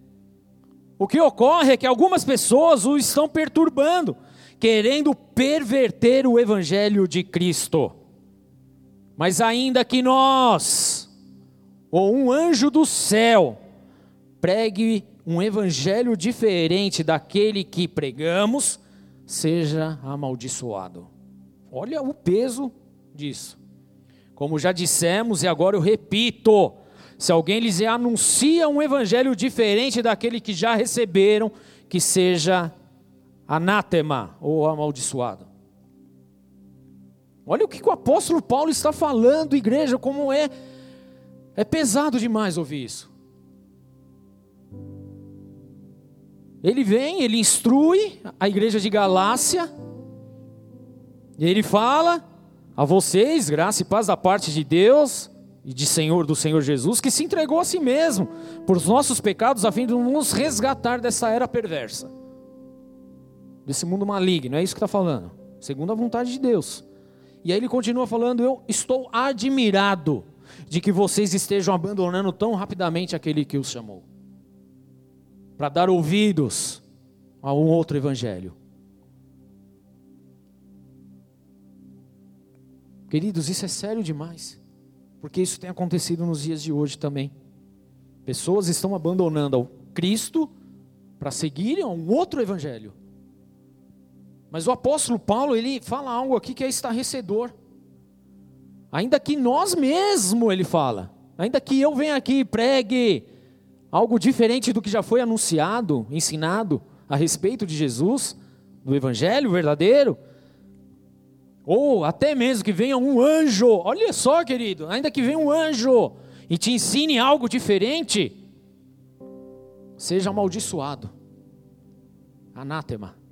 O que ocorre é que algumas pessoas o estão perturbando, querendo perverter o evangelho de Cristo. Mas ainda que nós, ou um anjo do céu, pregue um evangelho diferente daquele que pregamos, seja amaldiçoado. Olha o peso disso. Como já dissemos e agora eu repito, se alguém lhes anuncia um evangelho diferente daquele que já receberam, que seja anátema ou amaldiçoado. Olha o que o apóstolo Paulo está falando, igreja, como é, é pesado demais ouvir isso. Ele vem, ele instrui a igreja de Galácia, e ele fala a vocês, graça e paz da parte de Deus e de Senhor, do Senhor Jesus, que se entregou a si mesmo por os nossos pecados, a fim de nos resgatar dessa era perversa, desse mundo maligno. É isso que está falando, segundo a vontade de Deus. E aí ele continua falando: eu estou admirado de que vocês estejam abandonando tão rapidamente aquele que os chamou, para dar ouvidos a um outro evangelho. Queridos, isso é sério demais, porque isso tem acontecido nos dias de hoje também. Pessoas estão abandonando o Cristo para seguirem a um outro evangelho. Mas o apóstolo Paulo, ele fala algo aqui que é estarrecedor. Ainda que nós mesmos, ele fala, ainda que eu venha aqui e pregue algo diferente do que já foi anunciado, ensinado a respeito de Jesus, do evangelho verdadeiro, ou até mesmo que venha um anjo, olha só, querido, ainda que venha um anjo e te ensine algo diferente, seja amaldiçoado, anátema.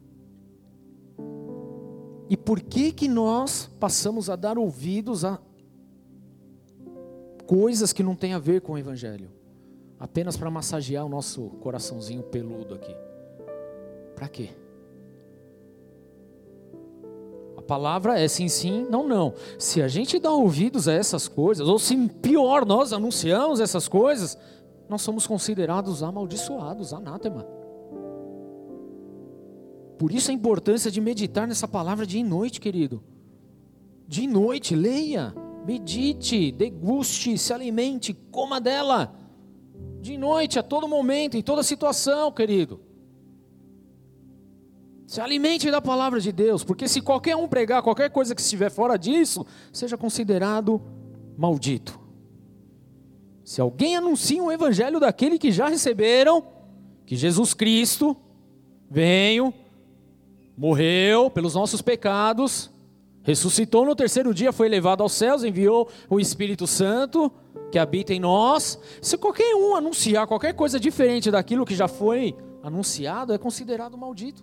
E por que que nós passamos a dar ouvidos a coisas que não têm a ver com o evangelho? Apenas para massagear o nosso coraçãozinho peludo aqui. Para quê? A palavra é sim, sim, não, não. Se a gente dá ouvidos a essas coisas, ou se pior, nós anunciamos essas coisas, nós somos considerados amaldiçoados, anátema. Por isso a importância de meditar nessa palavra dia e noite, querido. Dia e noite, leia, medite, deguste, se alimente, coma dela. De noite, a todo momento, em toda situação, querido. Se alimente da palavra de Deus, porque se qualquer um pregar qualquer coisa que estiver fora disso, seja considerado maldito. Se alguém anuncia um evangelho daquele que já receberam, que Jesus Cristo veio, morreu pelos nossos pecados, ressuscitou no terceiro dia, foi levado aos céus, enviou o Espírito Santo que habita em nós. Se qualquer um anunciar qualquer coisa diferente daquilo que já foi anunciado, é considerado maldito.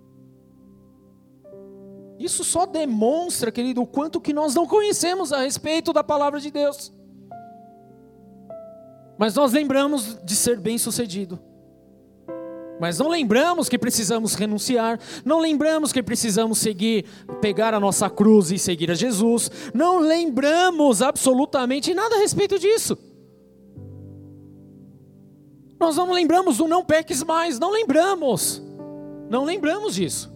Isso só demonstra, querido, o quanto que nós não conhecemos a respeito da palavra de Deus. Mas nós lembramos de ser bem-sucedido. Mas não lembramos que precisamos renunciar, não lembramos que precisamos seguir, pegar a nossa cruz e seguir a Jesus, não lembramos absolutamente nada a respeito disso. Nós não lembramos do não peques mais, não lembramos, não lembramos disso.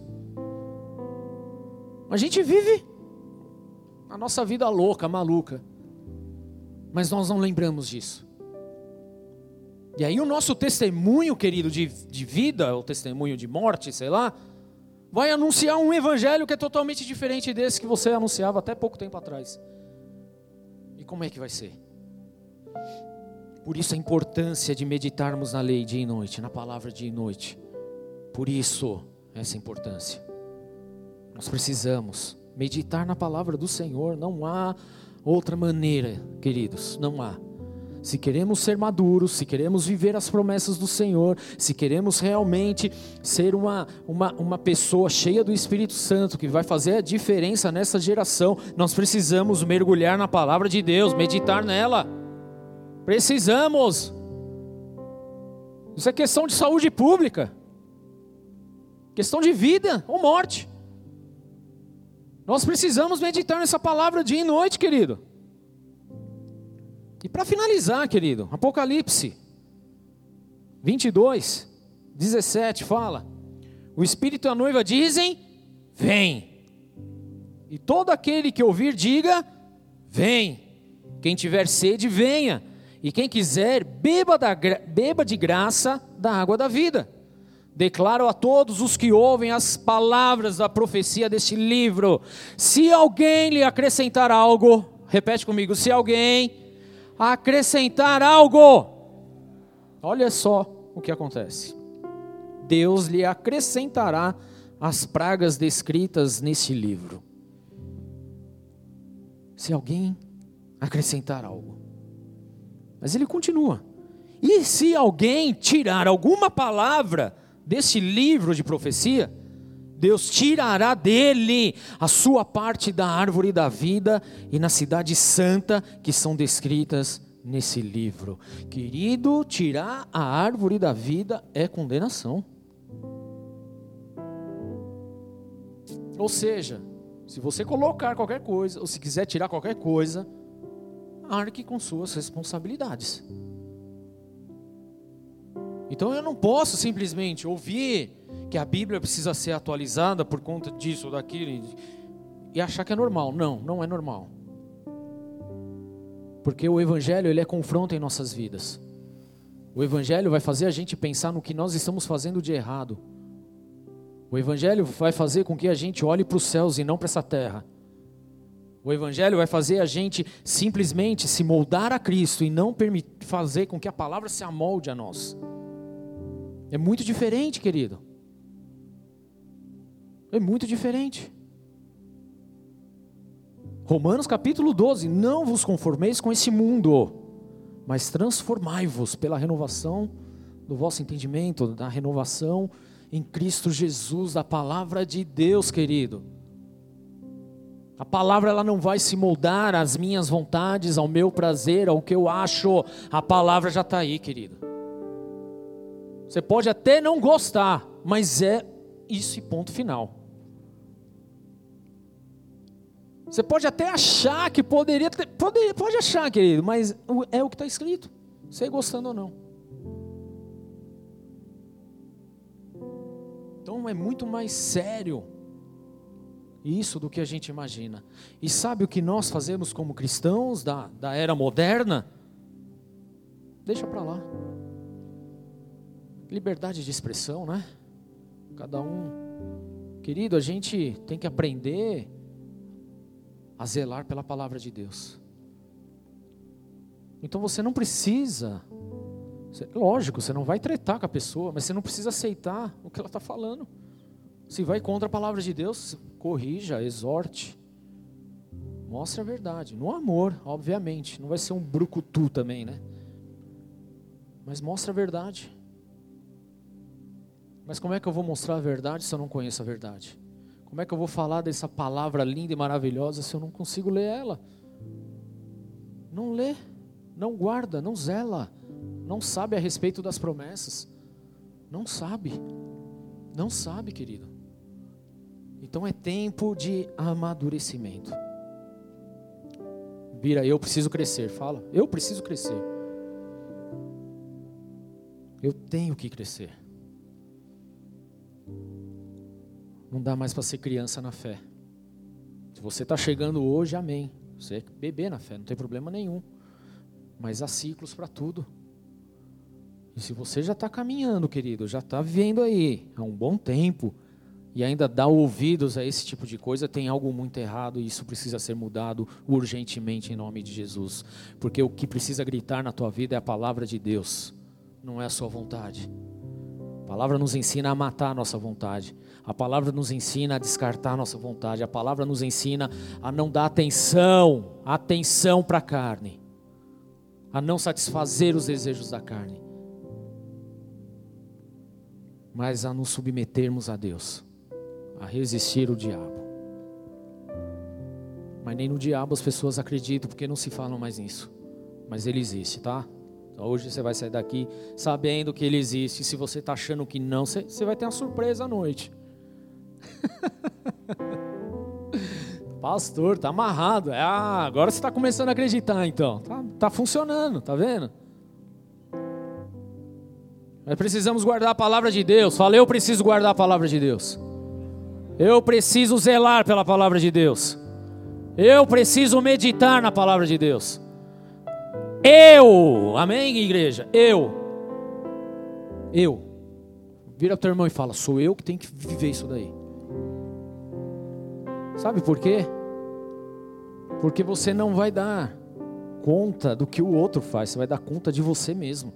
A gente vive a nossa vida louca, maluca, mas nós não lembramos disso. E aí o nosso testemunho, querido, de, de vida, ou testemunho de morte, sei lá, vai anunciar um evangelho que é totalmente diferente desse que você anunciava até pouco tempo atrás. E como é que vai ser? Por isso a importância de meditarmos na lei dia e noite, na palavra dia e noite. Por isso, essa importância. Nós precisamos meditar na palavra do Senhor, não há outra maneira, queridos, não há. Se queremos ser maduros, se queremos viver as promessas do Senhor, se queremos realmente ser uma, uma, uma pessoa cheia do Espírito Santo, que vai fazer a diferença nessa geração, nós precisamos mergulhar na palavra de Deus, meditar nela. Precisamos. Isso é questão de saúde pública, questão de vida ou morte. Nós precisamos meditar nessa palavra dia e noite, querido. E para finalizar, querido, Apocalipse vinte e dois, dezessete fala: o Espírito e a noiva dizem, vem. E todo aquele que ouvir diga, vem. Quem tiver sede, venha. E quem quiser, beba, da, beba de graça da água da vida. Declaro a todos os que ouvem as palavras da profecia deste livro. Se alguém lhe acrescentar algo, repete comigo, se alguém acrescentar algo, olha só o que acontece. Deus lhe acrescentará as pragas descritas neste livro. Se alguém acrescentar algo. Mas ele continua. E se alguém tirar alguma palavra deste livro de profecia, Deus tirará dele a sua parte da árvore da vida e na cidade santa que são descritas nesse livro. Querido, tirar a árvore da vida é condenação. Ou seja, se você colocar qualquer coisa, ou se quiser tirar qualquer coisa, arque com suas responsabilidades. Então eu não posso simplesmente ouvir que a Bíblia precisa ser atualizada por conta disso ou daquilo e achar que é normal. Não, não é normal. Porque o Evangelho, ele é confronto em nossas vidas. O Evangelho vai fazer a gente pensar no que nós estamos fazendo de errado. O Evangelho vai fazer com que a gente olhe para os céus e não para essa terra. O Evangelho vai fazer a gente simplesmente se moldar a Cristo e não permitir, fazer com que a palavra se amolde a nós. É muito diferente, querido. É muito diferente. Romanos capítulo doze, não vos conformeis com esse mundo, mas transformai-vos pela renovação do vosso entendimento, da renovação em Cristo Jesus, da palavra de Deus, querido. A palavra, ela não vai se moldar às minhas vontades, ao meu prazer, ao que eu acho. A palavra já está aí, querido. Você pode até não gostar, mas é isso e ponto final. Você pode até achar que poderia, ter, pode, pode achar, querido, mas é o que está escrito, você gostando ou não. Então é muito mais sério isso do que a gente imagina. E sabe o que nós fazemos como cristãos da, da era moderna? Deixa para lá. Liberdade de expressão, né? Cada um. Querido, a gente tem que aprender a zelar pela palavra de Deus. Então você não precisa, lógico, você não vai tretar com a pessoa, mas você não precisa aceitar o que ela está falando. Se vai contra a palavra de Deus, corrija, exorte, mostre a verdade, no amor, obviamente, não vai ser um brucutu também, né? Mas mostre a verdade. Mas como é que eu vou mostrar a verdade se eu não conheço a verdade? Como é que eu vou falar dessa palavra linda e maravilhosa se eu não consigo ler ela? Não lê, não guarda, não zela, não sabe a respeito das promessas. Não sabe. Não sabe, querido. Então é tempo de amadurecimento. Vira, eu preciso crescer. Fala, eu preciso crescer. Eu tenho que crescer. Não dá mais para ser criança na fé. Se você está chegando hoje, amém. Você é bebê na fé, não tem problema nenhum. Mas há ciclos para tudo. E se você já está caminhando, querido, já está vivendo aí há um bom tempo, e ainda dá ouvidos a esse tipo de coisa, tem algo muito errado e isso precisa ser mudado urgentemente em nome de Jesus. Porque o que precisa gritar na tua vida é a palavra de Deus, não é a sua vontade. A palavra nos ensina a matar a nossa vontade. A palavra nos ensina a descartar a nossa vontade. A palavra nos ensina a não dar atenção, atenção para a carne. A não satisfazer os desejos da carne. Mas a nos submetermos a Deus. A resistir o diabo. Mas nem no diabo as pessoas acreditam, porque não se falam mais nisso. Mas ele existe, tá? Então hoje você vai sair daqui sabendo que ele existe. E se você está achando que não, você, você vai ter uma surpresa à noite. Pastor, tá amarrado. Ah, agora você está começando a acreditar então. Tá, tá funcionando, tá vendo? Nós precisamos guardar a palavra de Deus. Fala, eu preciso guardar a palavra de Deus. Eu preciso zelar pela palavra de Deus. Eu preciso meditar na palavra de Deus. Eu, amém, igreja? Eu. Eu. Vira pro teu irmão e fala, sou eu que tenho que viver isso daí. Sabe por quê? Porque você não vai dar conta do que o outro faz, você vai dar conta de você mesmo.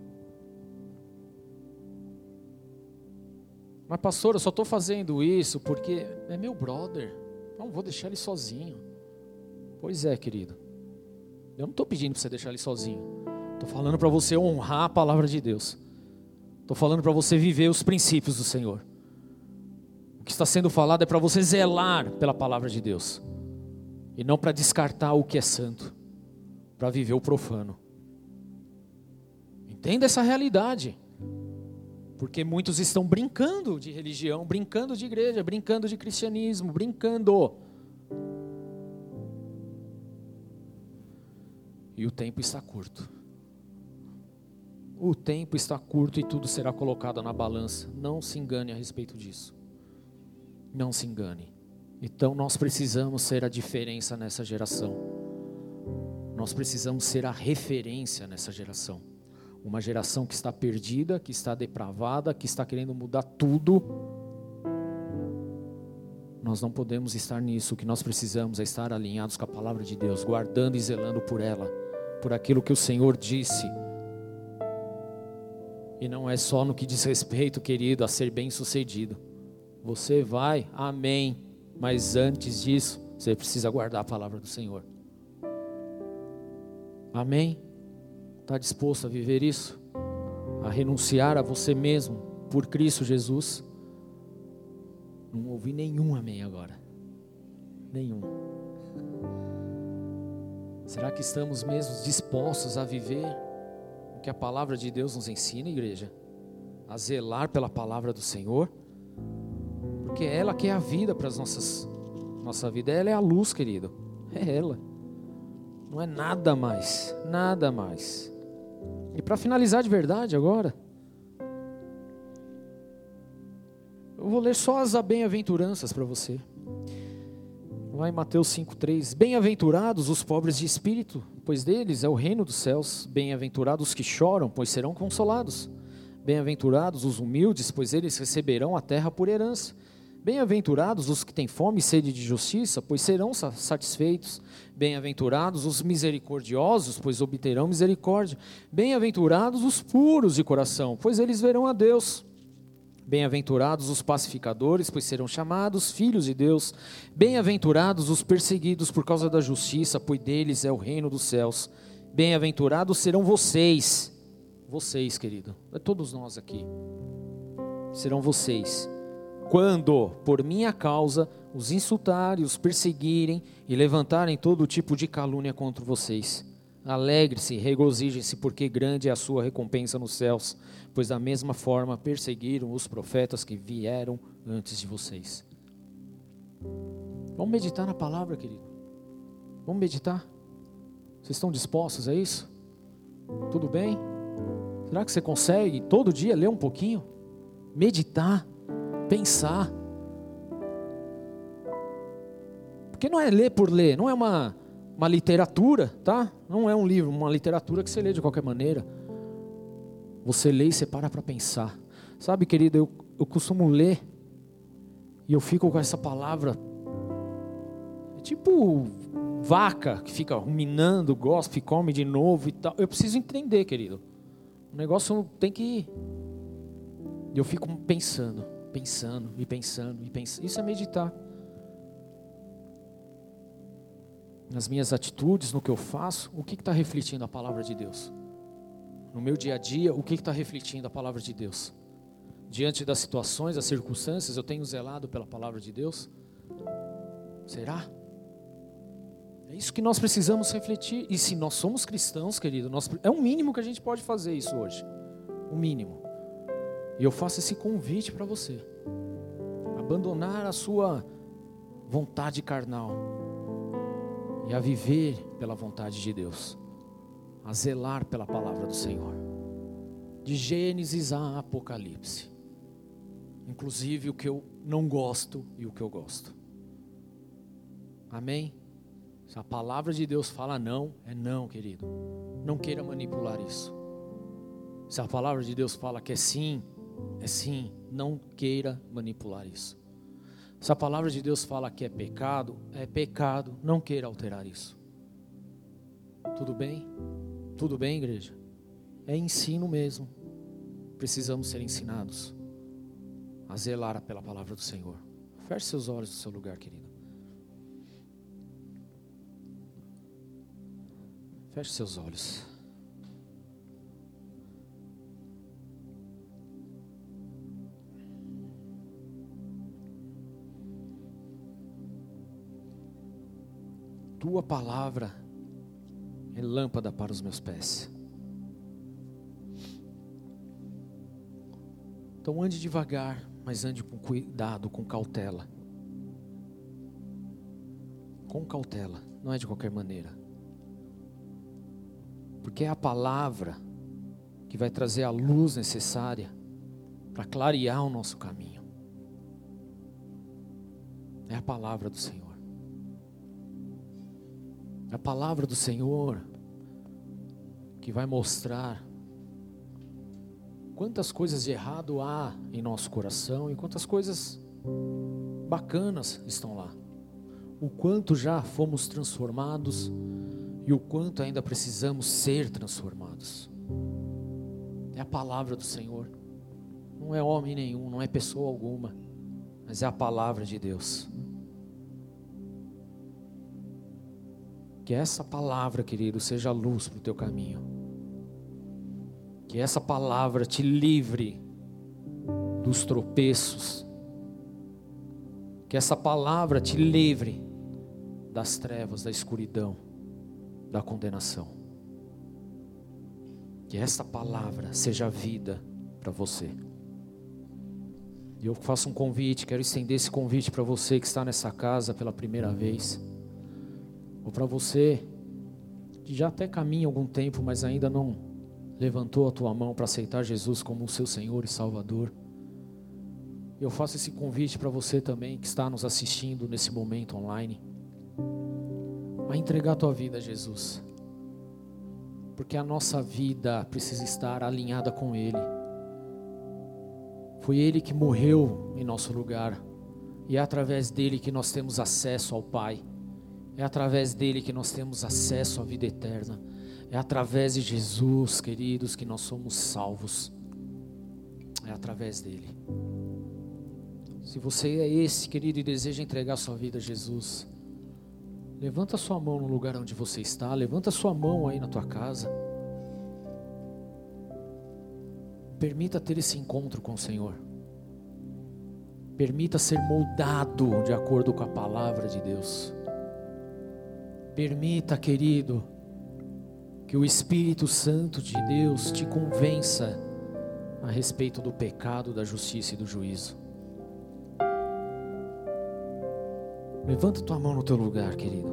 Mas pastor, eu só estou fazendo isso porque é meu brother, não vou deixar ele sozinho. Pois é, querido, eu não estou pedindo para você deixar ele sozinho, estou falando para você honrar a palavra de Deus, estou falando para você viver os princípios do Senhor. O que está sendo falado é para você zelar pela palavra de Deus, e não para descartar o que é santo, para viver o profano. Entenda essa realidade. Porque muitos estão brincando de religião, brincando de igreja, brincando de cristianismo, brincando. E o tempo está curto. O tempo está curto e tudo será colocado na balança. Não se engane a respeito disso. Não se engane. Então nós precisamos ser a diferença nessa geração. Nós precisamos ser a referência nessa geração. Uma geração que está perdida, que está depravada, que está querendo mudar tudo. Nós não podemos estar nisso. O que nós precisamos é estar alinhados com a palavra de Deus, guardando e zelando por ela, por aquilo que o Senhor disse. E não é só no que diz respeito, querido, a ser bem sucedido. Você vai, amém, mas antes disso, você precisa guardar a palavra do Senhor. Amém? Está disposto a viver isso? A renunciar a você mesmo por Cristo Jesus? Não ouvi nenhum amém agora. Nenhum. Será que estamos mesmo dispostos a viver o que a palavra de Deus nos ensina, igreja? A zelar pela palavra do Senhor? Porque é ela que é a vida para as nossas nossa vida. Ela é a luz, querido. É ela. Não é nada mais. Nada mais. E para finalizar de verdade agora, eu vou ler só as bem-aventuranças para você. Lá em Mateus cinco, três. Bem-aventurados os pobres de espírito, pois deles é o reino dos céus. Bem-aventurados os que choram, pois serão consolados. Bem-aventurados os humildes, pois eles receberão a terra por herança. Bem-aventurados os que têm fome e sede de justiça, pois serão satisfeitos. Bem-aventurados os misericordiosos, pois obterão misericórdia. Bem-aventurados os puros de coração, pois eles verão a Deus. Bem-aventurados os pacificadores, pois serão chamados filhos de Deus. Bem-aventurados os perseguidos por causa da justiça, pois deles é o reino dos céus. Bem-aventurados serão vocês, vocês, querido, é todos nós aqui, serão vocês, quando, por minha causa, os insultarem, os perseguirem e levantarem todo tipo de calúnia contra vocês. alegre-se, regozijem-se, porque grande é a sua recompensa nos céus, pois da mesma forma perseguiram os profetas que vieram antes de vocês. Vamos meditar na palavra, querido. Vamos meditar? Vocês estão dispostos a isso? Tudo bem? Será que você consegue todo dia ler um pouquinho? Meditar, pensar. Porque não é ler por ler, não é uma, uma literatura, tá? Não é um livro, uma literatura que você lê de qualquer maneira. Você lê e você para para pensar. Sabe, querido, eu, eu costumo ler e eu fico com essa palavra. É tipo vaca que fica ruminando, gosta e come de novo e tal. Eu preciso entender, querido. O negócio tem que... Eu fico pensando, pensando e pensando e pensando. Isso é meditar. Nas minhas atitudes, no que eu faço, o que está refletindo a palavra de Deus? No meu dia a dia, o que está refletindo a palavra de Deus? Diante das situações, das circunstâncias, eu tenho zelado pela palavra de Deus? Será? É isso que nós precisamos refletir. E se nós somos cristãos, querido, nós, é o mínimo que a gente pode fazer isso hoje. O mínimo. E eu faço esse convite para você. Abandonar a sua vontade carnal. E a viver pela vontade de Deus. A zelar pela palavra do Senhor. De Gênesis a Apocalipse. Inclusive o que eu não gosto e o que eu gosto. Amém? Se a palavra de Deus fala não, é não, querido. Não queira manipular isso. Se a palavra de Deus fala que é sim, é sim. Não queira manipular isso. Se a palavra de Deus fala que é pecado, é pecado. Não queira alterar isso. Tudo bem? Tudo bem, igreja? É ensino mesmo. Precisamos ser ensinados a zelar pela palavra do Senhor. Feche seus olhos no seu lugar, querido. Feche seus olhos. Tua palavra é lâmpada para os meus pés. Então ande devagar, mas ande com cuidado, com cautela. Com cautela, não é de qualquer maneira. Porque é a palavra que vai trazer a luz necessária para clarear o nosso caminho. É a palavra do Senhor. É a palavra do Senhor que vai mostrar quantas coisas de errado há em nosso coração e quantas coisas bacanas estão lá. O quanto já fomos transformados e o quanto ainda precisamos ser transformados. É a palavra do Senhor. Não é homem nenhum, não é pessoa alguma, mas é a palavra de Deus. Que essa palavra, querido, seja luz para o teu caminho. Que essa palavra te livre dos tropeços. Que essa palavra te livre das trevas, da escuridão, da condenação. Que essa palavra seja vida para você. E eu faço um convite, quero estender esse convite para você que está nessa casa pela primeira vez. Ou para você que já até caminha algum tempo, mas ainda não levantou a tua mão para aceitar Jesus como o seu Senhor e Salvador. Eu faço esse convite para você também que está nos assistindo nesse momento online. A entregar a tua vida a Jesus. Porque a nossa vida precisa estar alinhada com Ele. Foi Ele que morreu em nosso lugar. E é através dele que nós temos acesso ao Pai. É através dele que nós temos acesso à vida eterna. É através de Jesus, queridos, que nós somos salvos. É através dele. Se você é esse, querido, e deseja entregar sua vida a Jesus, levanta sua mão no lugar onde você está. Levanta sua mão aí na tua casa. Permita ter esse encontro com o Senhor. Permita ser moldado de acordo com a palavra de Deus. Permita, querido, Que o Espírito Santo de Deus te convença a respeito do pecado, da justiça e do juízo. Levanta tua mão no teu lugar, querido.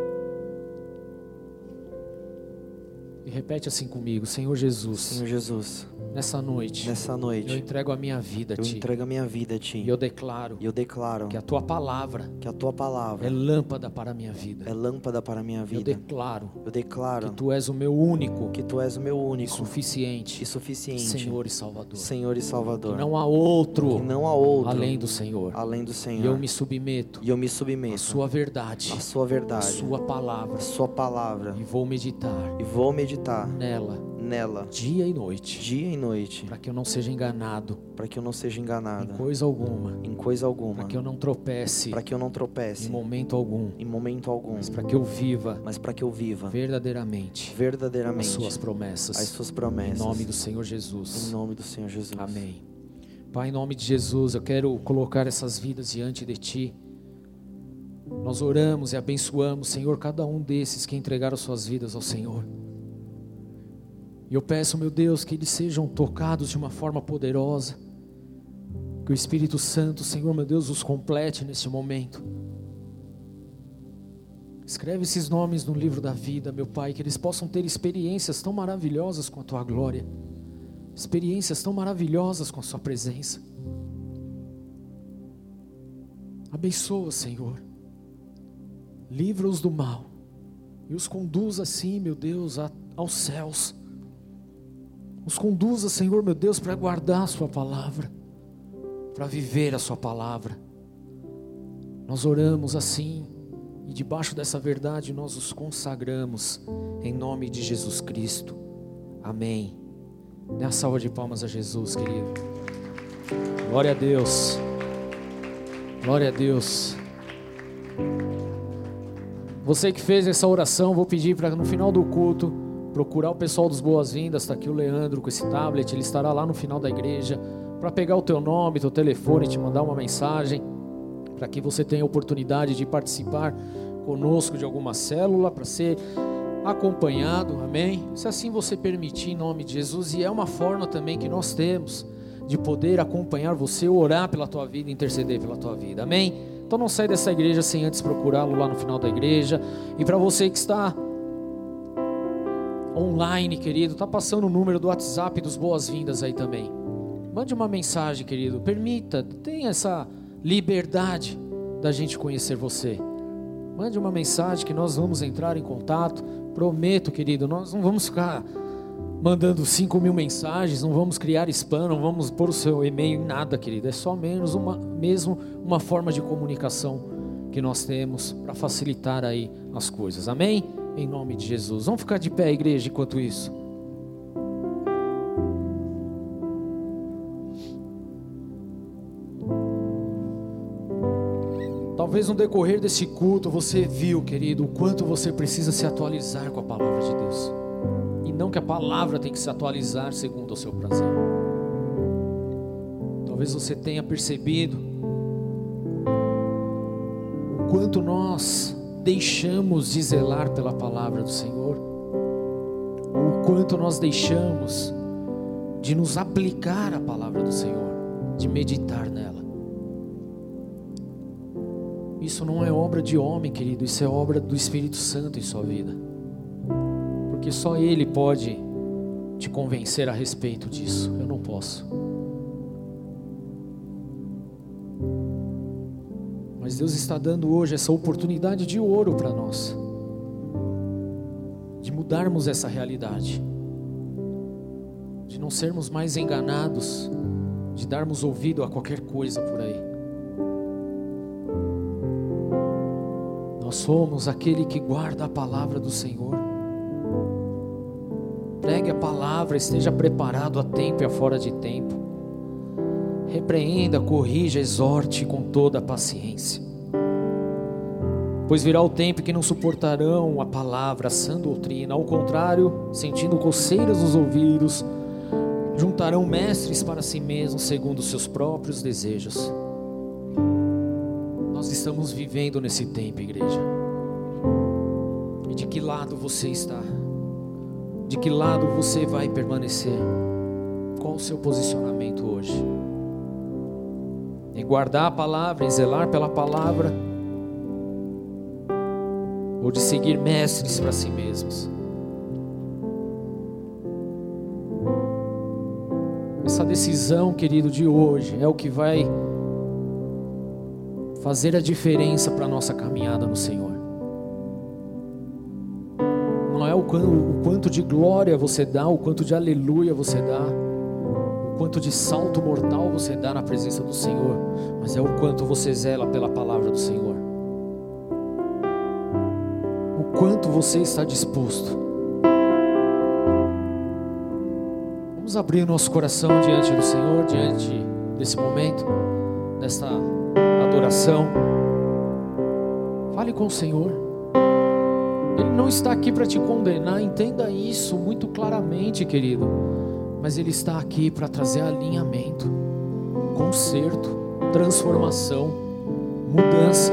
E repete assim comigo: Senhor Jesus, Senhor Jesus, nessa noite, nessa noite, eu entrego a minha vida a eu Ti. entrego a minha vida a Ti. E eu declaro, E eu declaro que a Tua palavra que a Tua palavra é lâmpada para a minha vida. é lâmpada para a minha Eu vida. declaro Eu declaro que Tu és o meu único que Tu és o meu e único suficiente e suficiente Senhor e Salvador. Senhor e Salvador. Que não há outro Que não há outro além do Senhor. além do E Senhor. eu me submeto E eu me à submeto Sua verdade, à Sua à verdade, Sua à palavra, Sua palavra, e vou meditar e vou meditar nela nela dia e noite, dia e noite, para que eu não seja enganado para que eu não seja em enganado coisa alguma, em coisa alguma, para que eu não tropece para que eu não em tropece momento algum, em momento algum, mas para que eu viva mas para que eu viva verdadeiramente as verdadeiramente Suas as promessas. Suas Em promessas. nome do Senhor Em Jesus. nome do Senhor Jesus. Amém. Pai, em nome de Jesus, eu quero colocar essas vidas diante de Ti. Nós oramos e abençoamos, Senhor, cada um desses que entregaram suas vidas ao Senhor. E eu peço, meu Deus, que eles sejam tocados de uma forma poderosa. Que o Espírito Santo, Senhor, meu Deus, os complete neste momento. Escreve esses nomes no livro da vida, meu Pai, que eles possam ter experiências tão maravilhosas com a Tua glória. Experiências tão maravilhosas com a Sua presença. Abençoa, Senhor. Livra-os do mal. E os conduza assim, meu Deus, a, aos céus. Os conduza, Senhor, meu Deus, para guardar a Sua palavra. Para viver a Sua palavra. Nós oramos assim. E debaixo dessa verdade nós os consagramos. Em nome de Jesus Cristo. Amém. Dê uma salva de palmas a Jesus, querido. Glória a Deus. Glória a Deus. Você que fez essa oração, vou pedir para no final do culto procurar o pessoal dos Boas-Vindas. Está aqui o Leandro com esse tablet. Ele estará lá no final da igreja para pegar o teu nome, teu telefone e te mandar uma mensagem, para que você tenha a oportunidade de participar conosco de alguma célula, para ser acompanhado, amém? Se assim você permitir, em nome de Jesus. E é uma forma também que nós temos de poder acompanhar você, orar pela tua vida, interceder pela tua vida, amém? Então não sai dessa igreja sem antes procurá-lo lá no final da igreja. E para você que está online, querido, está passando o número do WhatsApp dos Boas-Vindas aí também. Mande uma mensagem, querido, permita, tenha essa liberdade da gente conhecer você. Mande uma mensagem que nós vamos entrar em contato. Prometo, querido, nós não vamos ficar mandando cinco mil mensagens, não vamos criar spam, não vamos pôr o seu e-mail em nada, querido. É só menos uma, mesmo uma forma de comunicação que nós temos para facilitar aí as coisas, amém? Em nome de Jesus. Vamos ficar de pé, igreja, enquanto isso. Talvez no decorrer desse culto você viu, querido, o quanto você precisa se atualizar com a palavra de Deus. E não que a palavra tem que se atualizar segundo o seu prazer. Talvez você tenha percebido o quanto nós deixamos de zelar pela palavra do Senhor. O quanto nós deixamos de nos aplicar à palavra do Senhor, de meditar nela. Isso não é obra de homem, querido, isso é obra do Espírito Santo em sua vida. Porque só Ele pode te convencer a respeito disso, eu não posso. Mas Deus está dando hoje essa oportunidade de ouro para nós, de mudarmos essa realidade, de não sermos mais enganados, de darmos ouvido a qualquer coisa por aí. Nós somos aquele que guarda a palavra do Senhor. Pregue a palavra, esteja preparado a tempo e a fora de tempo. Repreenda, corrija, exorte com toda a paciência. Pois virá o tempo que não suportarão a palavra, a sã doutrina. Ao contrário, sentindo coceiras nos ouvidos, juntarão mestres para si mesmos, segundo os seus próprios desejos. Nós estamos vivendo nesse tempo, igreja. E de que lado você está? de que lado você vai permanecer. Qual o seu posicionamento hoje? Em guardar a palavra, em zelar pela palavra, ou de seguir mestres para si mesmos? Essa decisão, querido, de hoje é o que vai fazer a diferença para a nossa caminhada no Senhor. Não é o quanto, o quanto de glória você dá, o quanto de aleluia você dá, o quanto de salto mortal você dá na presença do Senhor, mas é o quanto você zela pela palavra do Senhor, o quanto você está disposto. Vamos abrir nosso coração diante do Senhor, diante desse momento, desta adoração. Fale com o Senhor. Ele não está aqui para te condenar, entenda isso muito claramente, querido. Mas Ele está aqui para trazer alinhamento, conserto, transformação, mudança.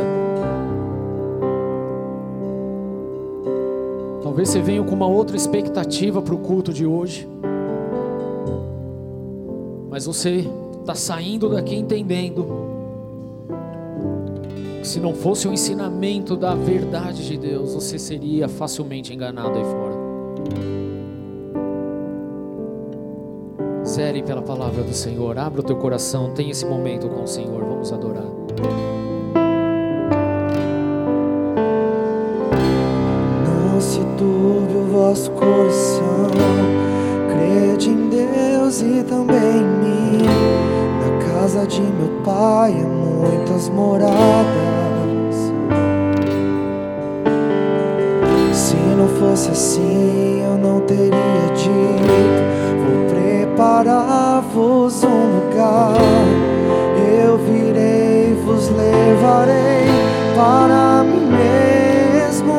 Talvez você venha com uma outra expectativa para o culto de hoje, mas você está saindo daqui entendendo que se não fosse o ensinamento da verdade de Deus, você seria facilmente enganado aí fora. Zere pela palavra do Senhor, abra o teu coração, tenha esse momento com o Senhor, vamos adorar. Não se turbe o vosso coração, crede em Deus e também em mim. Na casa de meu Pai há muitas moradas. Se não fosse assim, eu não teria dito: vou preparar-vos um lugar. Eu virei, vos levarei para mim mesmo.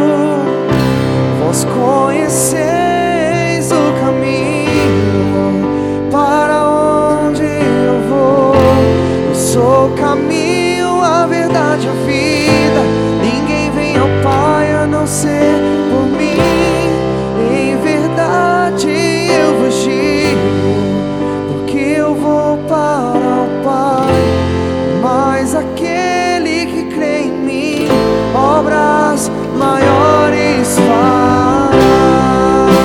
Vós conheceis o caminho para onde eu vou. Eu sou o caminho, a verdade e a vida. Ninguém vem ao Pai a não ser por mim. Em verdade eu vos digo, porque eu vou para o Pai. Mas aquele que crê em mim, obras maiores fará.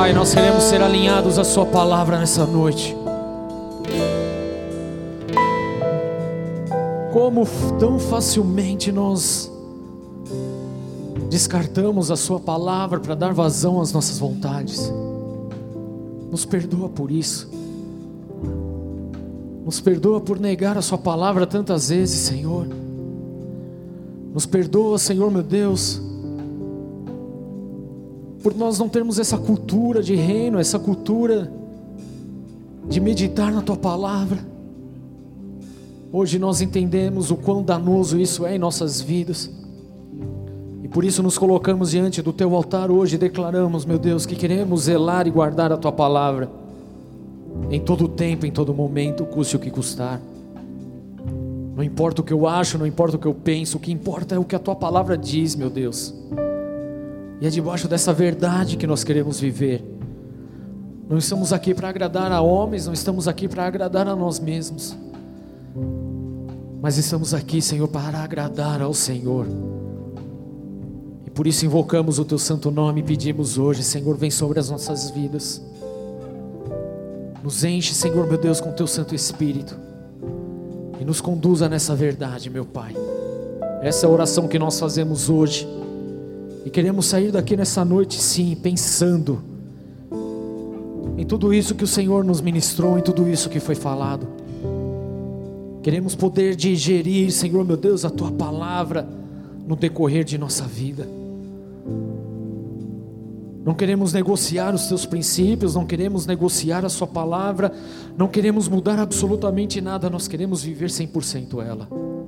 Pai, nós queremos ser alinhados à sua palavra nessa noite. Como tão facilmente nós descartamos a sua palavra para dar vazão às nossas vontades. Nos perdoa por isso. Nos perdoa por negar a sua palavra tantas vezes, Senhor. Nos perdoa, Senhor meu Deus, por nós não termos essa cultura de reino, essa cultura de meditar na tua palavra. Hoje nós entendemos o quão danoso isso é em nossas vidas, e por isso nos colocamos diante do teu altar hoje e declaramos, meu Deus, que queremos zelar e guardar a tua palavra em todo tempo, em todo momento, custe o que custar. Não importa o que eu acho, não importa o que eu penso, o que importa é o que a tua palavra diz, meu Deus. E é debaixo dessa verdade que nós queremos viver. Não estamos aqui para agradar a homens, não estamos aqui para agradar a nós mesmos, mas estamos aqui, Senhor, para agradar ao Senhor. E por isso invocamos o teu santo nome e pedimos hoje, Senhor, vem sobre as nossas vidas. Nos enche, Senhor, meu Deus, com o teu Santo Espírito e nos conduza nessa verdade, meu Pai. Essa é a oração que nós fazemos hoje. E queremos sair daqui nessa noite, sim, pensando em tudo isso que o Senhor nos ministrou, em tudo isso que foi falado. Queremos poder digerir, Senhor meu Deus, a tua palavra no decorrer de nossa vida. Não queremos negociar os teus princípios, não queremos negociar a sua palavra, não queremos mudar absolutamente nada, nós queremos viver cem por cento ela.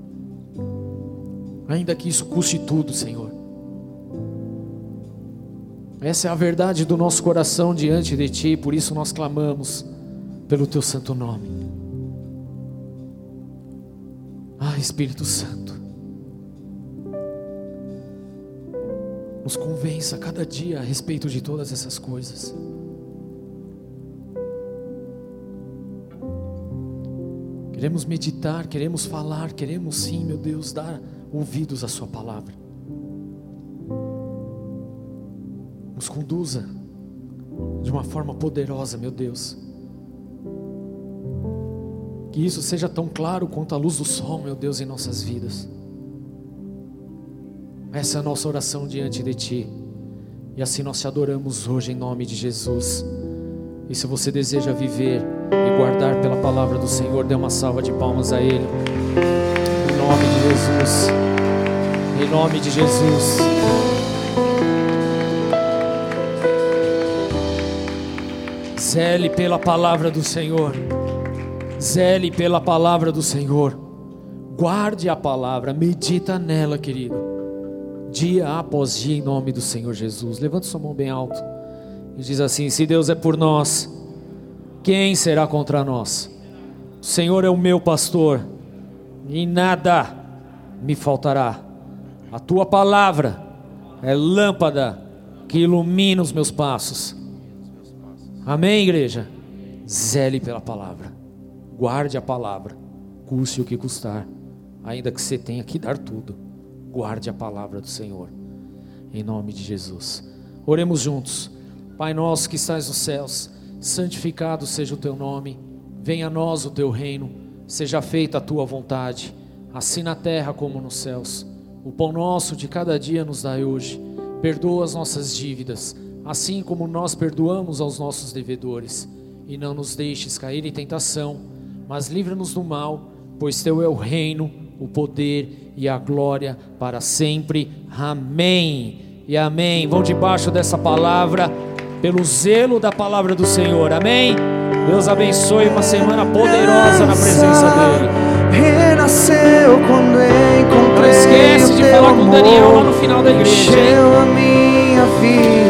Ainda que isso custe tudo, Senhor. Essa é a verdade do nosso coração diante de Ti, por isso nós clamamos pelo Teu santo nome. Ah, Espírito Santo, nos convença a cada dia a respeito de todas essas coisas. Queremos meditar, queremos falar, queremos sim, meu Deus, dar ouvidos à sua palavra. Nos conduza de uma forma poderosa, meu Deus. Que isso seja tão claro quanto a luz do sol, meu Deus, em nossas vidas. Essa é a nossa oração diante de Ti. E assim nós te adoramos hoje em nome de Jesus. E se você deseja viver e guardar pela palavra do Senhor, dê uma salva de palmas a Ele. Em nome de Jesus. Em nome de Jesus. Zele pela palavra do Senhor. Zele pela palavra do Senhor. Guarde a palavra, medita nela, querido, dia após dia, em nome do Senhor Jesus. Levante sua mão bem alto e diz assim: se Deus é por nós, quem será contra nós? O Senhor é o meu pastor e nada me faltará. A tua palavra é lâmpada que ilumina os meus passos. Amém, igreja? Zele pela palavra, guarde a palavra, custe o que custar, ainda que você tenha que dar tudo. Guarde a palavra do Senhor, em nome de Jesus. Oremos juntos. Pai nosso que estás nos céus, santificado seja o teu nome. Venha a nós o teu reino, seja feita a tua vontade, assim na terra como nos céus. O pão nosso de cada dia nos dai hoje. Perdoa as nossas dívidas, assim como nós perdoamos aos nossos devedores. E não nos deixes cair em tentação, mas livra-nos do mal, pois teu é o reino, o poder e a glória para sempre. Amém e amém. Vão debaixo dessa palavra, pelo zelo da palavra do Senhor. Amém. Deus abençoe, uma semana poderosa na presença dele. Renasceu quando encontrei. Não esquece de falar com o Daniel lá no final da igreja, hein? Encheu a minha vida.